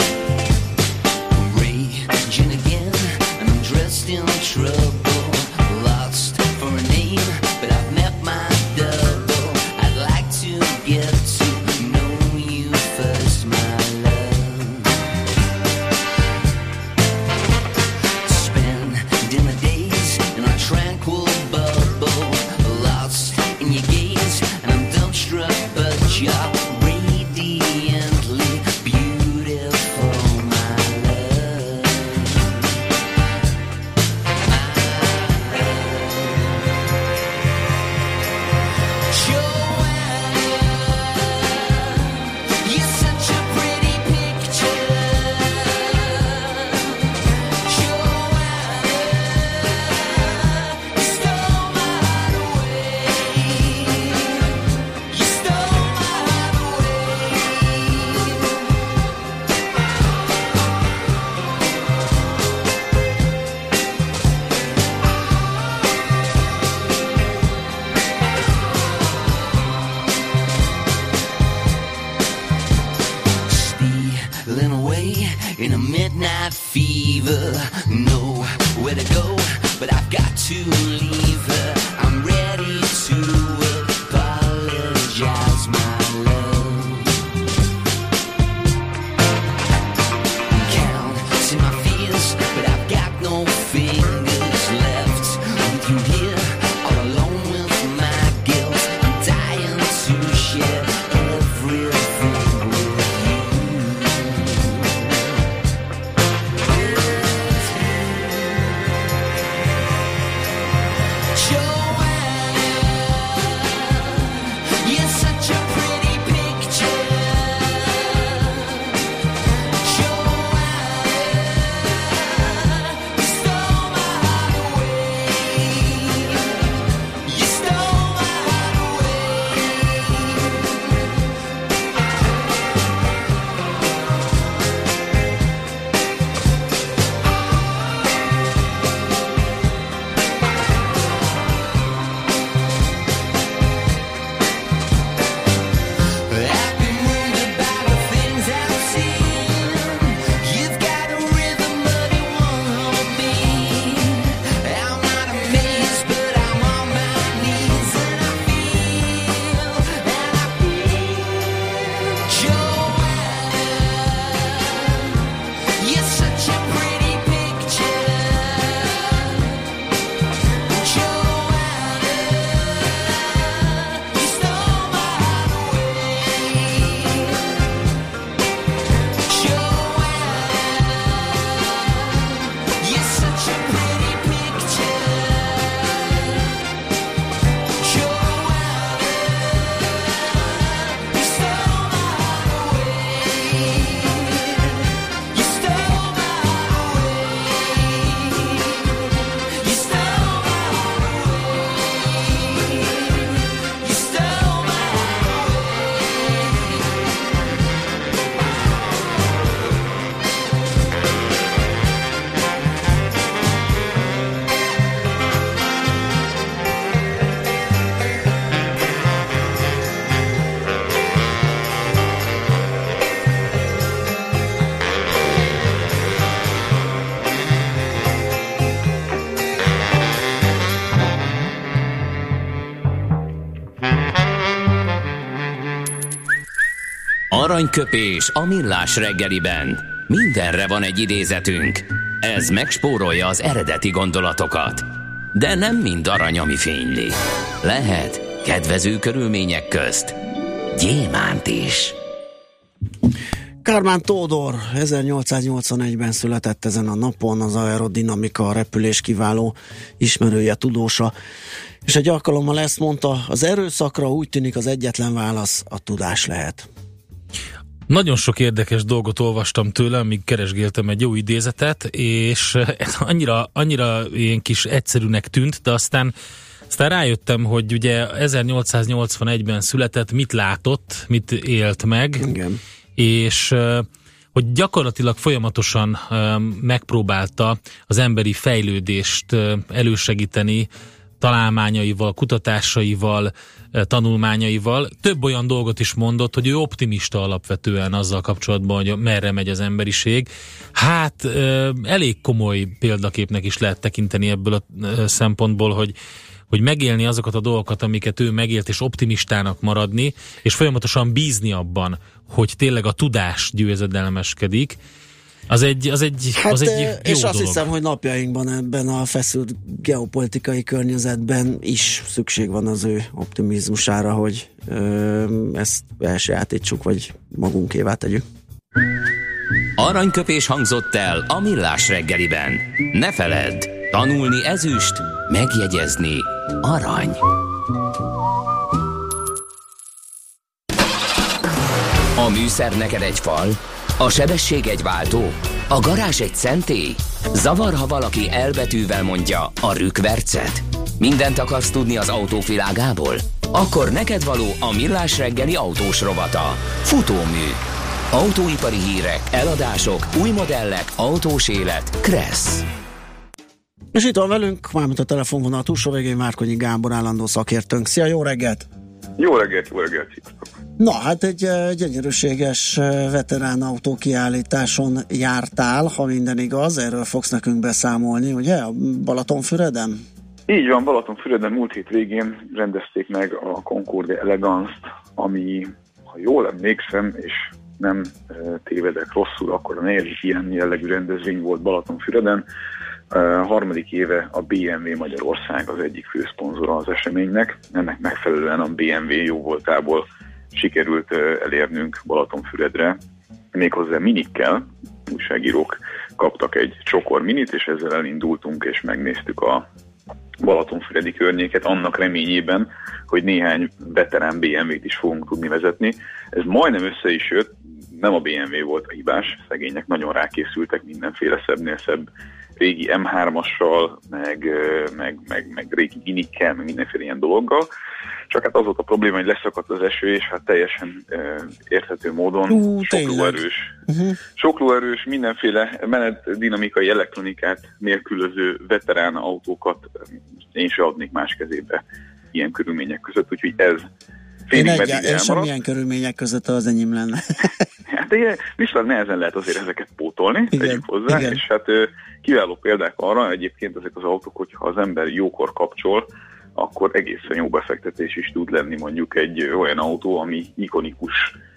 Trouble still know where to go, but I've got to leave her. I'm ready to apologize, my love. Counting my fears, but I've got no fingers left. With you here, all alone with my guilt, I'm dying to share everything with you. You're such a pretty picture. Joanna, you stole my heart away. You stole my heart away. I've been wounded by the things I've seen. You've got a rhythm, but it won't hold me. I'm not amazed, but I'm on my knees, and I feel, and I feel. Joanna, you're such a pretty picture. Joanna, you stole my heart away. Joanna, you're such a pretty picture. Joanna, you stole my heart away. You stole my heart away. You stole my heart away. You stole my Aranyköpés a millás reggeliben. Mindenre van egy idézetünk. Ez megspórolja az eredeti gondolatokat. De nem mind arany, ami fényli. Lehet kedvező körülmények közt gyémánt is. Kármán Tódor ezernyolcszáznyolcvanegyben született ezen a napon, az aerodinamika, a repülés kiváló ismerője, tudósa. És egy alkalommal ezt mondta, az erőszakra úgy tűnik az egyetlen válasz a tudás lehet. Nagyon sok érdekes dolgot olvastam tőle, amíg keresgéltem egy jó idézetet, és ez annyira, annyira ilyen kis egyszerűnek tűnt, de aztán, aztán rájöttem, hogy ugye ezernyolcszáznyolcvanegyben született, mit látott, mit élt meg, igen, és hogy gyakorlatilag folyamatosan megpróbálta az emberi fejlődést elősegíteni, találmányaival, kutatásaival, tanulmányaival. Több olyan dolgot is mondott, hogy ő optimista alapvetően azzal kapcsolatban, hogy merre megy az emberiség. Hát elég komoly példaképnek is lehet tekinteni ebből a szempontból, hogy hogy megélni azokat a dolgokat, amiket ő megélt, és optimistának maradni, és folyamatosan bízni abban, hogy tényleg a tudás győzedelmeskedik, az egy, az egy, hát, az egy jó és dolog. azt hiszem, hogy napjainkban ebben a feszült geopolitikai környezetben is szükség van az ő optimizmusára, hogy ö, ezt elsajátítsuk, vagy magunkévá tegyük. Aranyköpés hangzott el a millás reggeliben. Ne feledd, tanulni ezüst, megjegyezni arany. A műszer neked egy fal, a sebesség egy váltó, a garázs egy szentély. Zavar, ha valaki elbetűvel mondja a rükvercet. Mindent akarsz tudni az autóvilágából? Akkor neked való a millás reggeli autós rovata. Futómű. Autóipari hírek, eladások, új modellek, autós élet. Kressz. És itt van velünk, mármint a telefonvonal túlsó végén Márkonyi Gábor állandó szakértőnk. Szia, jó reggelt! Jó reggelt, jó reggelt, sziasztok. Na, hát egy uh, gyönyörűséges uh, veterán autó kiállításon jártál, ha minden igaz, erről fogsz nekünk beszámolni, ugye, a Balatonfüreden? Így van, Balatonfüreden múlt hét végén rendezték meg a Concorde Elegance-t, ami, ha jól emlékszem, és nem uh, tévedek rosszul, akkor a negyedik ilyen jellegű rendezvény volt Balatonfüreden. A uh, harmadik éve a bé em vé Magyarország az egyik főszponzora az eseménynek. Ennek megfelelően a bé em vé jó voltából sikerült uh, elérnünk Balatonfüredre, méghozzá minikkel. Újságírók kaptak egy csokor minit, és ezzel elindultunk, és megnéztük a Balatonfüredi környéket, annak reményében, hogy néhány veterán bé em vét is fogunk tudni vezetni. Ez majdnem össze is jött, nem a bé em vé volt a hibás, szegények nagyon rákészültek mindenféle szebbnél szebb régi em hármassal, meg, meg, meg, meg régi minikkel, meg mindenféle ilyen dologgal. Csak hát az volt a probléma, hogy leszakadt az eső, és hát teljesen uh, érthető módon uh, sok lóerős, uh-huh. sok lóerős, mindenféle menetdinamikai elektronikát nélkülöző veterán autókat én se adnék más kezébe ilyen körülmények között, úgyhogy ez félig meddig elmaradt. Én semmilyen körülmények között az enyém lenne. Hát igen, viszont nehezen lehet azért ezeket pótolni, tegyük hozzá, igen. És hát kiváló példák arra, egyébként ezek az autók, hogyha az ember jókor kapcsol, akkor egészen jó befektetés is tud lenni mondjuk egy olyan autó, ami ikonikus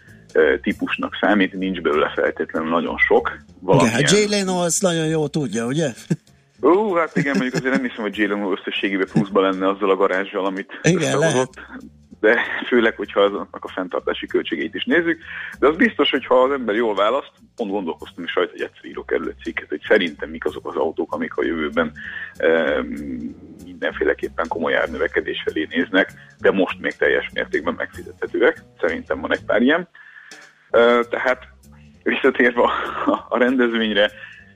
típusnak számít, nincs belőle feltétlenül nagyon sok. Valamilyen... Igen, hát Jay Leno azt nagyon jól tudja, ugye? Ó, hát igen, mondjuk azért nem hiszem, hogy Jay Leno összességében pluszban lenne azzal a garázsal, amit összehozott. De főleg, hogyha azoknak a fenntartási költségeit is nézzük. De az biztos, hogy ha az ember jól választ, pont gondolkoztam is rajta, hogy egyszer írok erről egy cikket, hogy szerintem mik azok az autók, amik a jövőben e, mindenféleképpen komoly árnövekedés felé néznek, de most még teljes mértékben megfizethetőek. Szerintem van egy pár ilyen. E, tehát visszatérve a, a rendezvényre,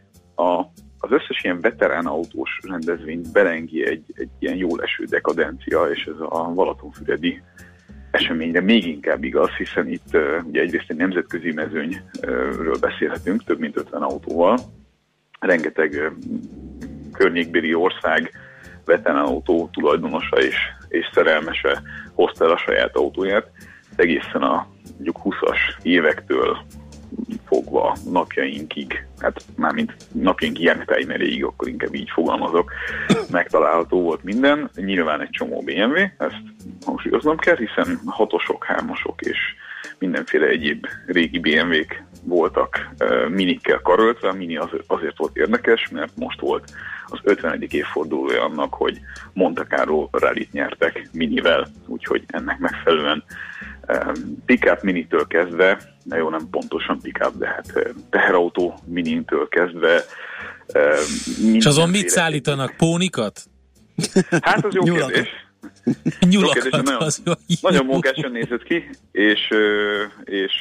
a az összes ilyen veterán autós rendezvényt belengi egy, egy ilyen jól eső dekadencia, és ez a Balatonfüredi eseményre még inkább igaz, hiszen itt uh, ugye egyrészt egy nemzetközi mezőnyről beszélhetünk, több mint ötven autóval. Rengeteg uh, környékbéli ország veterán autó tulajdonosa és, és szerelmese hozta el a saját autóját. Egészen a mondjuk húszas évektől fogva napjainkig, hát mármint napjaink jártájmeréig, akkor inkább így fogalmazok, megtalálható volt minden. Nyilván egy csomó bé em vé, ezt hangsúlyoznom kell, hiszen hatosok, hármasok és mindenféle egyéb régi bé em vék voltak uh, minikkel karöltve. A mini az, azért volt érdekes, mert most volt az ötvenedik évfordulója annak, hogy Monte Carlo rallyt nyertek minivel, úgyhogy ennek megfelelően um, pick-up minitől kezdve, de jó, nem pontosan pick-up, de hát teherautó minitől kezdve. Um, És azon mit szállítanak? Pónikat? Hát az jó Nyulakat. kérdés. Nyulakat, jó kérdés, nagyon, az jó. nagyon mókásan nézett ki, és, és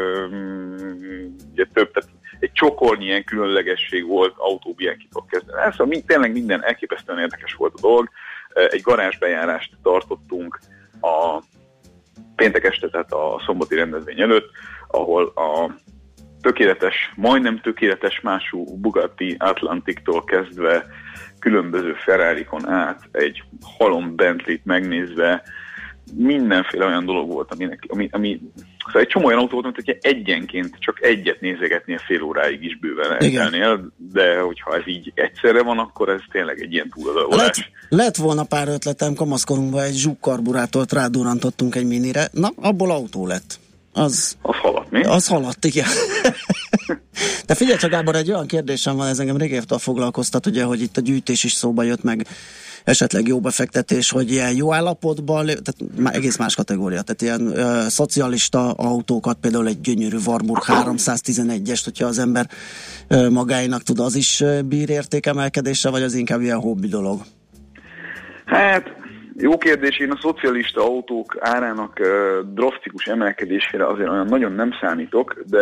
ugye több, tehát egy csokornyi ilyen különlegesség volt autóbiánkitól kezdve. Ez szóval tényleg minden elképesztően érdekes volt a dolog. Egy garázsbejárást tartottunk a péntek este, tehát a szombati rendezvény előtt, ahol a tökéletes, majdnem tökéletes mású Bugatti Atlantiktól kezdve különböző Ferrarikon át, egy halom Bentleyt megnézve, mindenféle olyan dolog volt, aminek, ami, ami szóval egy csomó olyan autó volt, hogy egyenként csak egyet nézegetnél fél óráig is bőven eltelnél, de hogyha ez így egyszerre van, akkor ez tényleg egy ilyen túladagolás. Lett, lett volna pár ötletem, kamaszkorunkban egy zsúkkarburátort rádurrantottunk egy minire, na, abból autó lett. Az, az haladt, mi? Az haladt, igen. De figyelj csak, Gábor, egy olyan kérdésem van, ez engem rég évtől foglalkoztat, ugye, hogy itt a gyűjtés is szóba jött, meg esetleg jó befektetés, hogy ilyen jó állapotban, tehát már egész más kategória, tehát ilyen ö, szocialista autókat, például egy gyönyörű Warburg háromszáztizenegyest, hogyha az ember ö, magáinak tud, az is ö, bír értékemelkedéssel, vagy az inkább ilyen hobbi dolog? Hát, jó kérdés, én a szocialista autók árának uh, drasztikus emelkedésére azért olyan nagyon nem számítok, de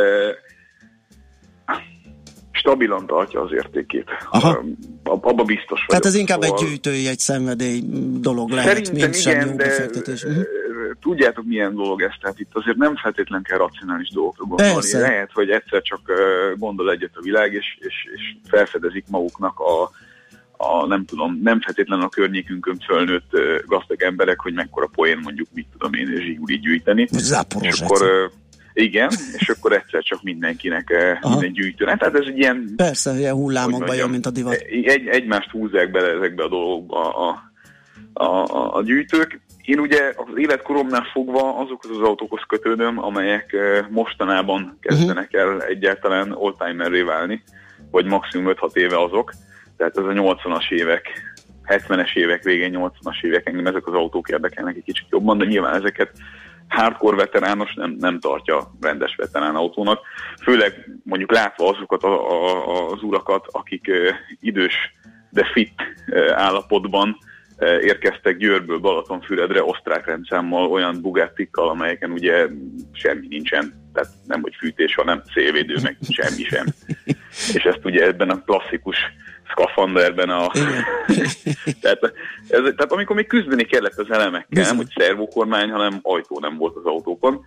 stabilan tartja az értékét. Aha. Abba biztos vagyok. Tehát ez inkább szóval... egy gyűjtői, egy szenvedély dolog lehet, szerintem mint sem igen, jó de befektetés. Uh-huh. Tudjátok, milyen dolog ez, tehát itt azért nem feltétlen kell racionális dolgokra gondolni. Persze. Lehet, hogy egyszer csak gondol egyet a világ, és, és, és felfedezik maguknak a, a nem tudom, nem feltétlenül a környékünkön fölnőtt uh, gazdag emberek, hogy mekkora poén mondjuk, mit tudom én, zsiguli gyűjteni. És akkor, uh, igen, és akkor egyszer csak mindenkinek uh, minden gyűjtően. Tehát ez egy ilyen... Persze, ilyen hullámokban jön, mint a divat. Egy, egymást húzzák bele ezekbe a dolgokba a, a, a, a gyűjtők. Én ugye az életkoromnál fogva azokhoz az autókhoz kötődöm, amelyek mostanában kezdenek el egyáltalán oldtimerré válni, vagy maximum öt-hat éve azok. Tehát ez a nyolcvanas évek, hetvenes évek végén, nyolcvanas évek, engem ezek az autók érdekelnek egy kicsit jobban, de nyilván ezeket hardcore veterános nem, nem tartja rendes veterán autónak. Főleg mondjuk látva azokat a, a, az urakat, akik idős, de fit állapotban érkeztek Győrből Balatonfüredre osztrák rendszámmal, olyan Bugattikkal, amelyeken ugye semmi nincsen, tehát nem hogy fűtés, hanem szélvédő, meg semmi sem. És ezt ugye ebben a klasszikus szkafanderben a... tehát, ez, tehát amikor még küzdeni kellett az elemekkel, nem hogy szervókormány, hanem ajtó nem volt az autókon.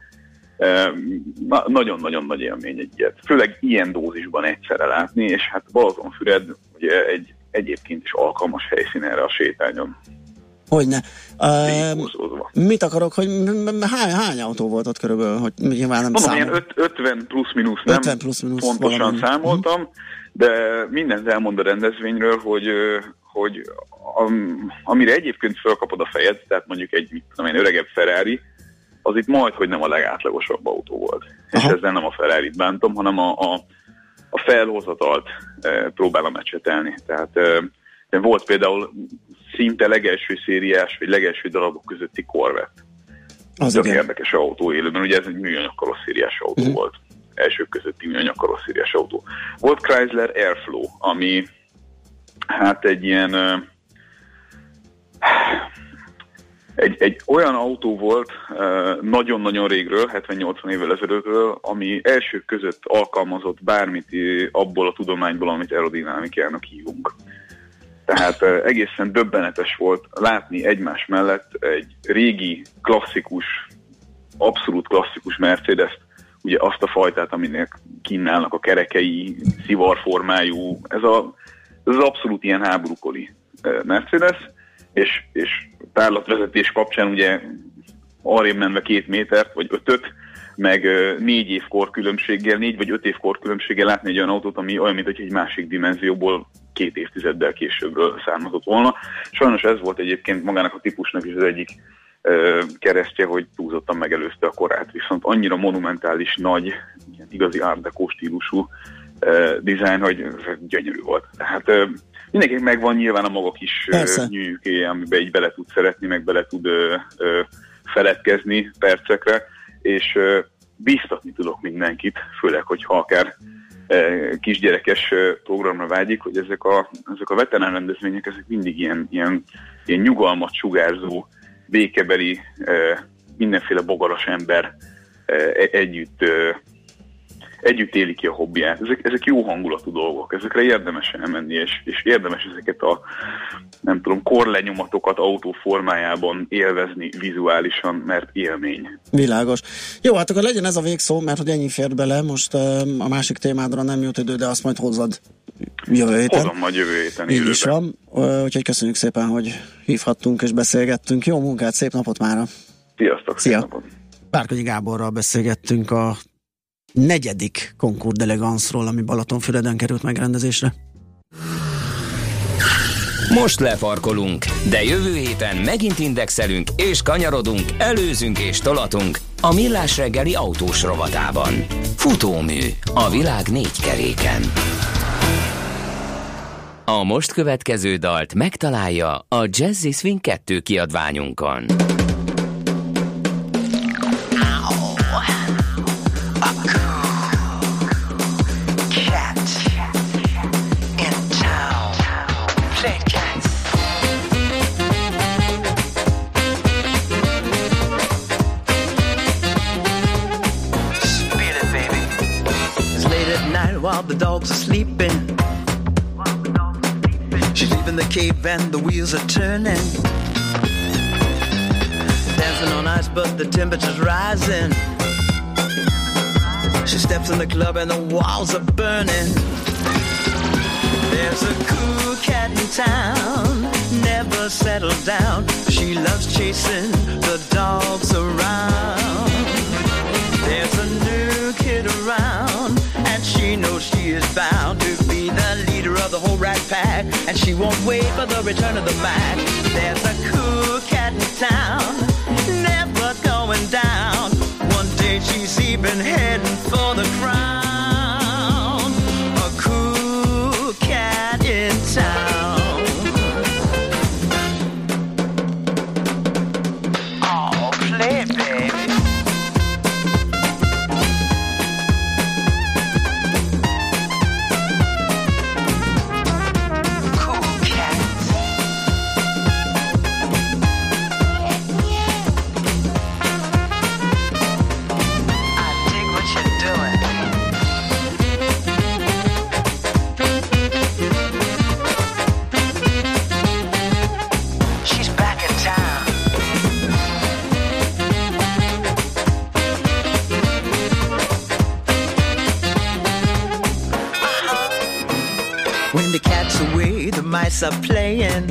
Na, nagyon-nagyon nagy élmény egy ilyet. Főleg ilyen dózisban egyszerre látni, és hát Balatonfüred ugye egy egyébként is alkalmas helyszín erre a sétányon. Hogyne. Uh, mit akarok, hogy hány, hány autó volt ott körülbelül? Hogy nyilván nem Mondom, ilyen ötven plusz-minusz, nem ötven plusz minusz pontosan valami. Számoltam, uh-huh. de mindent elmond a rendezvényről, hogy, hogy am, amire egyébként felkapod a fejed, tehát mondjuk egy mit tudom én, öregebb Ferrari, az itt majd, hogy nem a legátlagosabb autó volt. Aha. És ezzel nem a Ferrarit bántom, hanem a, a a felhozatalt e, próbálom ecsetelni. Tehát e, volt például szinte legelső szériás, vagy legelső darabok közötti Corvette. Az érdekes autó élőben, ugye ez egy műanyag karosszériás autó uh-huh. volt. Elsők közötti műanyag karosszériás autó. Volt Chrysler Airflow, ami hát egy ilyen e, Egy, egy olyan autó volt nagyon-nagyon régről, hetven-nyolcvan évvel ezelőttről, ami elsők között alkalmazott bármit abból a tudományból, amit aerodinamikának hívunk. Tehát egészen döbbenetes volt látni egymás mellett egy régi, klasszikus, abszolút klasszikus Mercedes-t, ugye azt a fajtát, aminek kínálnak a kerekei, szivarformájú, ez, a, ez az abszolút ilyen háborúkoli Mercedes, és, és tárlatvezetés kapcsán ugye arrébb menve két métert, vagy ötöt, meg négy év korkülönbséggel, négy vagy öt év korkülönbséggel látni egy olyan autót, ami olyan, mint hogy egy másik dimenzióból két évtizeddel későbbről származott volna. Sajnos ez volt egyébként magának a típusnak is az egyik uh, keresztje, hogy túlzottan megelőzte a korát, viszont annyira monumentális, nagy, ilyen igazi art deco stílusú uh, dizájn, hogy gyönyörű volt. Tehát uh, mindenkinek megvan nyilván a maga kis uh, nyűjüké, amiben így bele tud szeretni, meg bele tud uh, uh, feledkezni percekre, és uh, bíztatni tudok mindenkit, főleg, hogyha akár uh, kisgyerekes uh, programra vágyik, hogy ezek a, ezek a veterán rendezvények, ezek mindig ilyen, ilyen, ilyen nyugalmat sugárzó, békebeli, uh, mindenféle bogaras ember uh, együtt uh, együtt éli ki a hobbiját. Ezek, ezek jó hangulatú dolgok, ezekre érdemes elmenni, és, és érdemes ezeket a, nem tudom, korlenyomatokat autó formájában élvezni vizuálisan, mert élmény. Világos. Jó, hát akkor legyen ez a végszó, mert hogy ennyi fér bele, most uh, a másik témádra nem jut idő, de azt majd hozzad jövő héten. Hozom majd jövő héten. Így is van. Uh, úgyhogy köszönjük szépen, hogy hívhattunk és beszélgettünk. Jó munkát, szép napot mára! Sziasztok! Szia! Szép napot! Várkonyi Gáborral beszélgettünk a negyedik Concours d'Elegance-ról, ami Balatonfüreden került megrendezésre. Most lefarkolunk, de jövő héten megint indexelünk és kanyarodunk, előzünk és tolatunk a Millás reggeli autós rovatában. Futómű a világ négy keréken. A most következő dalt megtalálja a Jazzy Swing kettő kiadványunkon. While the dogs are sleeping, she's leaving the cave and the wheels are turning, dancing on ice but the temperature's rising. She steps in the club and the walls are burning. There's a cool cat in town chasing the dogs around. There's a new kid around, and she knows she is bound to be the leader of the whole rat pack, and she won't wait for the return of the Mac. There's a cool cat in town, never going down. One day she's even heading for the crown. A cool cat in town. Oh, play it, baby. Mice are playing.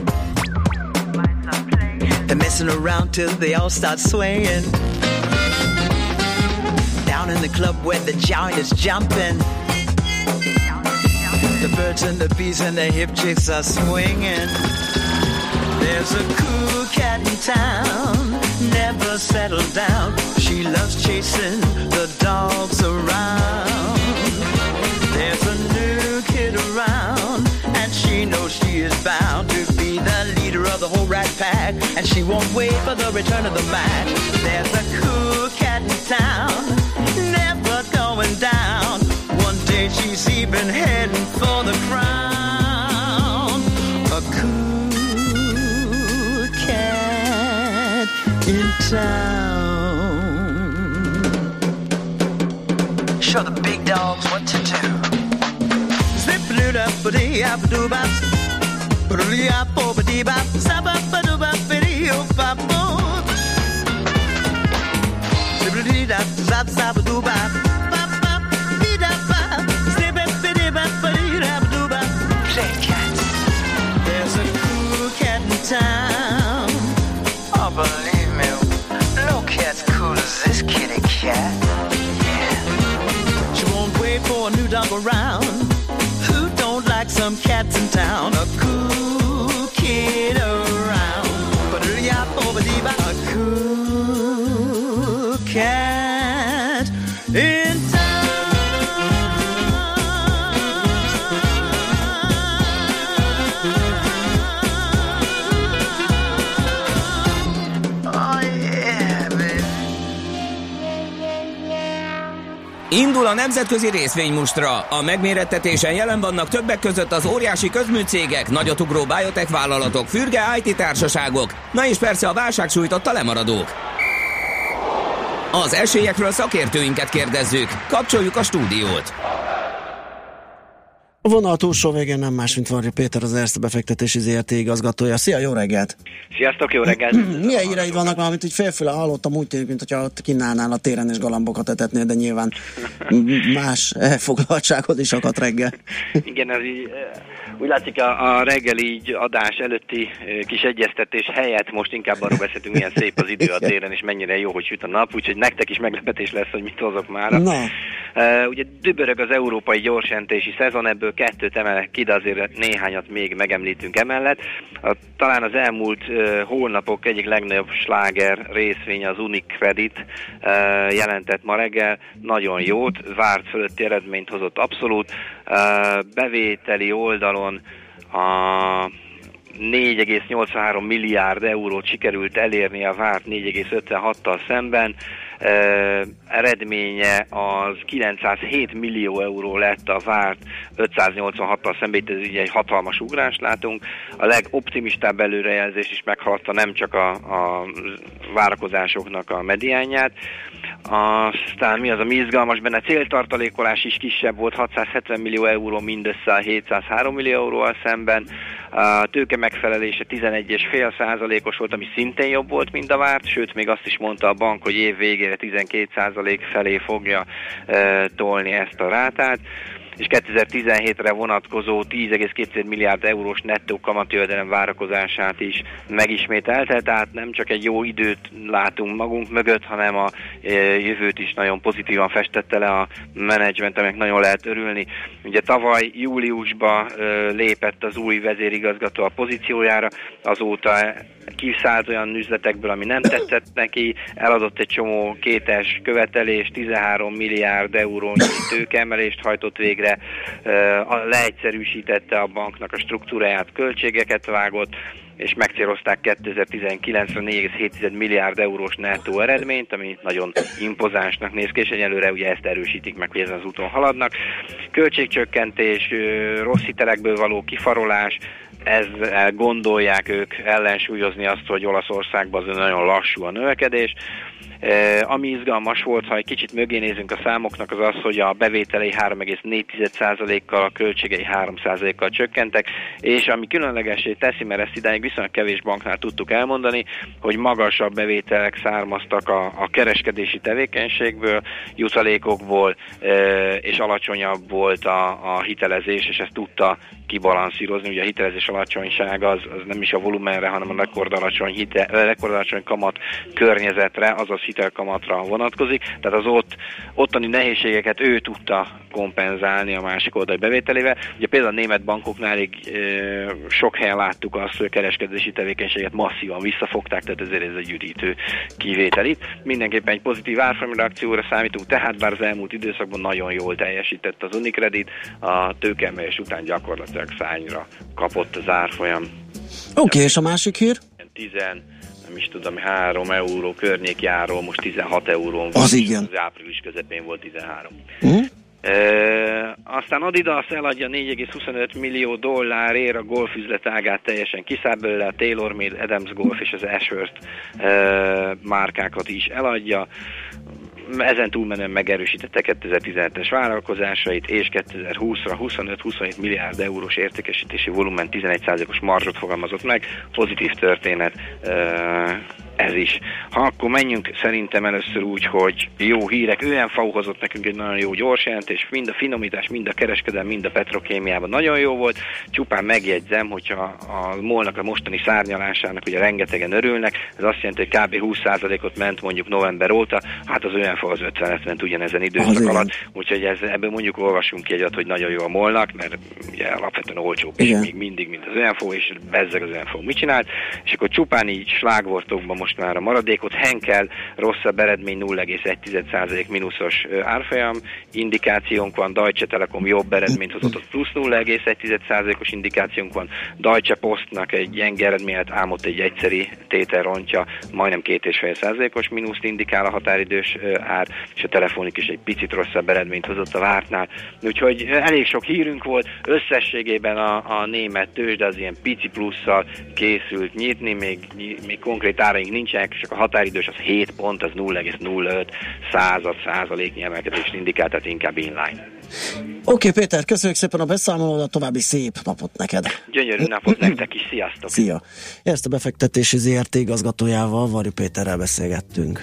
They're messing around till they all start swaying. Down in the club where the giant is jumping, the birds and the bees and the hip chicks are swinging. There's a cool cat in town, never settled down. She loves chasing the dogs around. There's a new kid around, and she knows she is bound to be the leader of the whole rat pack, and she won't wait for the return of the Mac. There's a cool cat in town, never going down. One day she's even heading for the crown. A cool cat in town. Show the big dogs what to do. Zip-a-doo-da-ba-dee-a-ba-doo-bop, ba-doo-dee-a-bo-ba-dee-bop, zap-a-ba-doo-bop-ba-dee-oh-bop-bop. Zip-a-doo-da-zap-zap-a-doo-bop, bop-bop-dee-da-bop, zip-a-dee-bop-ba-dee-da-ba-doo-bop. Play cats. There's a cool cat in town. Oh, believe me, no cat's cool as this kitty cat. Yeah. She won't wait for a new dog around. Who don't like some cats in town? A cool kid around. A cool cat in Indul a nemzetközi részvénymustra. A megmérettetésen jelen vannak többek között az óriási közműcégek, nagyotugró biotech vállalatok, fürge i té társaságok, na és persze a válság sújtotta lemaradók. Az esélyekről szakértőinket kérdezzük. Kapcsoljuk a stúdiót. A vonal túlsó végén nem más, mint Varga Péter, az Erste befektetési zé er té igazgatója. Szia, jó reggelt! Sziasztok, jó reggelt! Milyen híreid vannak, valamint úgy félfüle hallottam, úgy tűnik, mintha ott kínálnál a téren és galambokat etetnél, de nyilván más elfoglaltságod is akadt reggel. Igen, ez így, úgy látszik a, a reggeli így adás előtti kis egyeztetés helyett most inkább arról beszéltünk, milyen szép az idő a téren, és mennyire jó, hogy süt a nap, úgyhogy nektek is meglepetés lesz, hogy mit hozok mára. Na. Uh, ugye dübörög az európai gyorsjelentési szezon, ebből kettőt emelek ki, de azért néhányat még megemlítünk emellett. Uh, talán az elmúlt uh, hónapok egyik legnagyobb sláger részvény az Unicredit uh, jelentett ma reggel, nagyon jót, várt fölötti eredményt hozott abszolút. Uh, bevételi oldalon a négy egész nyolcvanhárom milliárd eurót sikerült elérni a várt négy egész ötvenhattal szemben. Uh, eredménye az kilencszázhét millió euró lett a várt ötszáznyolcvanhattal szemben, itt ez ugye egy hatalmas ugrást látunk. A legoptimistább előrejelzés is meghaladta nem csak a, a várakozásoknak a mediánját. Aztán mi az, ami izgalmas benne? Céltartalékolás is kisebb volt, hatszázhetven millió euró mindössze a hétszázhárom millió euróval szemben. A tőke megfelelése tizenegy egész öt százalékos volt, ami szintén jobb volt, mint a várt, sőt még azt is mondta a bank, hogy év végére tizenkét százalék felé fogja e, tolni ezt a rátát. és kétezer-tizenhétre vonatkozó tíz egész két milliárd eurós nettó kamatjövedelem várakozását is megismételte, tehát nem csak egy jó időt látunk magunk mögött, hanem a jövőt is nagyon pozitívan festette le a menedzsment, aminek nagyon lehet örülni. Ugye tavaly júliusban lépett az új vezérigazgató a pozíciójára, azóta kiszállt olyan üzletekből, ami nem tetszett neki, eladott egy csomó kétes követelést, tizenhárom milliárd eurónyi tőkeemelést hajtott végre, leegyszerűsítette a banknak a struktúráját, költségeket vágott, és megcélozták kétezer-tizenkilencre négy egész hét milliárd eurós nettó eredményt, ami nagyon impozánsnak néz ki, és egyelőre ugye ezt erősítik meg, hogy ezen az úton haladnak. Költségcsökkentés, rossz hitelekből való kifarolás, ezzel gondolják ők ellensúlyozni azt, hogy Olaszországban az nagyon lassú a növekedés. E, ami izgalmas volt, ha egy kicsit mögé nézünk a számoknak, az az, hogy a bevételei három egész négy százalékkal, a költségei három százalékkal csökkentek, és ami különlegessé teszi, mert ezt idáig viszonylag kevés banknál tudtuk elmondani, hogy magasabb bevételek származtak a, a kereskedési tevékenységből, jutalékokból, e, és alacsonyabb volt a, a hitelezés, és ezt tudta kibalanszírozni. Ugye a hitelezés alacsonyság az, az nem is a volumenre, hanem a rekordalacsony, hite, rekordalacsony kamat környezetre, azaz hitelkamatra vonatkozik, tehát az ott, ottani nehézségeket ő tudta kompenzálni a másik oldali bevételével. Ugye például a német bankoknál elég e, sok helyen láttuk azt, hogy a kereskedési tevékenységet masszívan visszafogták, tehát ezért ez egy üdítő kivétel itt. Mindenképpen egy pozitív árfolyami reakcióra számítunk, tehát bár az elmúlt időszakban nagyon jól teljesített az Unicredit, a tőkeemelés után gyakorlatilag szányra kapott az árfolyam. Oké, okay, és a másik hír? tizen nem is tudom, három euró környékjáról, most tizenhat eurón az igen. Az április közepén volt tizenhárom. Uh-huh. E, aztán Adidas eladja négy egész huszonöt millió dollárért a golfüzletágát, teljesen kiszáll belőle, a TaylorMade, Adams Golf és az Ashworth e, márkákat is eladja. Ezen túlmenően megerősítette kétezer-tizenhetes vállalkozásait, és kétezer-húszra huszonöt-huszonhét milliárd eurós értékesítési volumen, tizenegy százalékos marzsot fogalmazott meg. Pozitív történet ez is. Ha akkor menjünk szerintem először úgy, hogy jó hírek. vé em vé hozott nekünk egy nagyon jó gyors jelentés, mind a finomítás, mind a kereskedelem, mind a petrokémiában nagyon jó volt. Csupán megjegyzem, hogyha a MOL-nak a mostani szárnyalásának ugye rengetegen örülnek, ez azt jelenti, hogy kb. húsz százalékot ment mondjuk november óta, hát az vé em vé az ötvenet ment ugyanezen időszak az alatt, úgyhogy ez, ebből mondjuk olvasunk ki egyet, hogy nagyon jó a MOL-nak, mert ugye alapvetően olcsóbb is még mindig, mint az vé em vé, és bezzeg az vé em vé mit csinált, és akkor csupán így slágvortokban most már a maradékot. Henkel rosszabb eredmény, nulla egész egy százalék mínuszos árfolyam indikációnk van, Deutsche Telekom jobb eredményt hozott, plusz nulla egész egy százalékos indikációnk van, Deutsche Postnak egy gyenge eredményt, ám ott egy egyszeri tételrontja, majdnem két egész öt százalékos mínuszt indikál a határidős ár, és a Telefonik is egy picit rosszabb eredményt hozott a vártnál. Úgyhogy elég sok hírünk volt, összességében a, a német tőzsde az ilyen pici plusszal készült nyitni, még, még konkrét áraink nincsenek, csak a határidős az hét pont, az nulla egész nulla öt század százaléknyi emelkedést indikál, tehát inkább inline. Oké, okay, Péter, köszönjük szépen a beszámolódat, további szép napot neked. Gyönyörű napot nektek is, sziasztok! Szia! Ezt a befektetési zé er té igazgatójával, Varjú Péterrel beszélgettünk.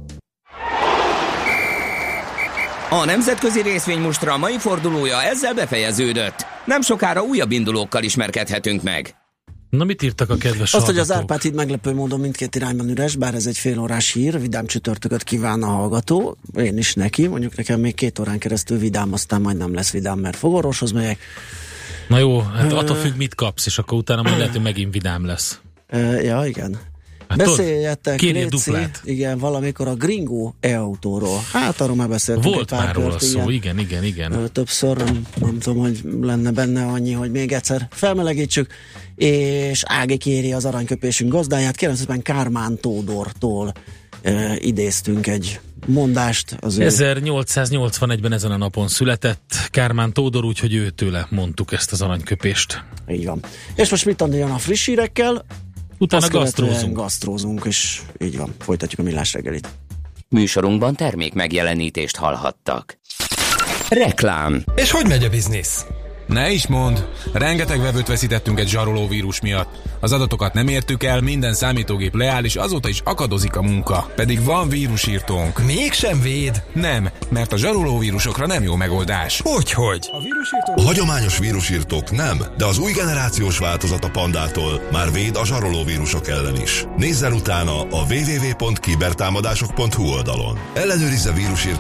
A nemzetközi részvénymustra mai fordulója ezzel befejeződött. Nem sokára újabb indulókkal ismerkedhetünk meg. Na, mit írtak a kedves Azt, hallgatók? hogy az Árpád híd meglepő módon mindkét irányban üres, bár ez egy fél órás hír, vidám csütörtököt kíván a hallgató, én is neki, mondjuk nekem még két órán keresztül vidám, aztán majd nem lesz vidám, mert fogorvoshoz megyek. Na jó, hát attól függ, mit kapsz, és akkor utána majd lehet, hogy megint vidám lesz. Ja, igen. Hát Beszéljetek, kérjél Léci, duplát. igen, valamikor a Gringo e-autóról. Hát arról már beszéltünk. Volt már róla szó, igen, igen, igen. Többször, nem, nem tudom, hogy lenne benne annyi, hogy még egyszer felmelegítsük, és Ági kéri az aranyköpésünk gazdáját. Kérem szépen Kármán Tódortól e, idéztünk egy mondást. Az ezernyolcszáznyolcvanegyben ezen a napon született Kármán Tódor, úgyhogy őtőle mondtuk ezt az aranyköpést. Így van. És most mit tanuljon a friss hírekkel? Utána gasztrózunk. Gasztrózunk, és így van, folytatjuk a millás reggelit. Műsorunkban termék megjelenítést hallhattak. Reklám. És hogy megy a biznisz? Ne is mondd, rengeteg vevőt veszítettünk egy zsaroló vírus miatt. Az adatokat nem értük el, minden számítógép leáll, és azóta is akadozik a munka. Pedig van vírusírtónk. Mégsem véd? Nem, mert a zsaroló vírusokra nem jó megoldás. Hogyhogy? A vírusírtók... A hagyományos vírusírtók nem, de az új generációs változat a Pandától már véd a zsaroló vírusok ellen is. Nézz el utána a double-u double-u double-u pont kibertámadások pont hu oldalon. Ellenőrizze vírusírtók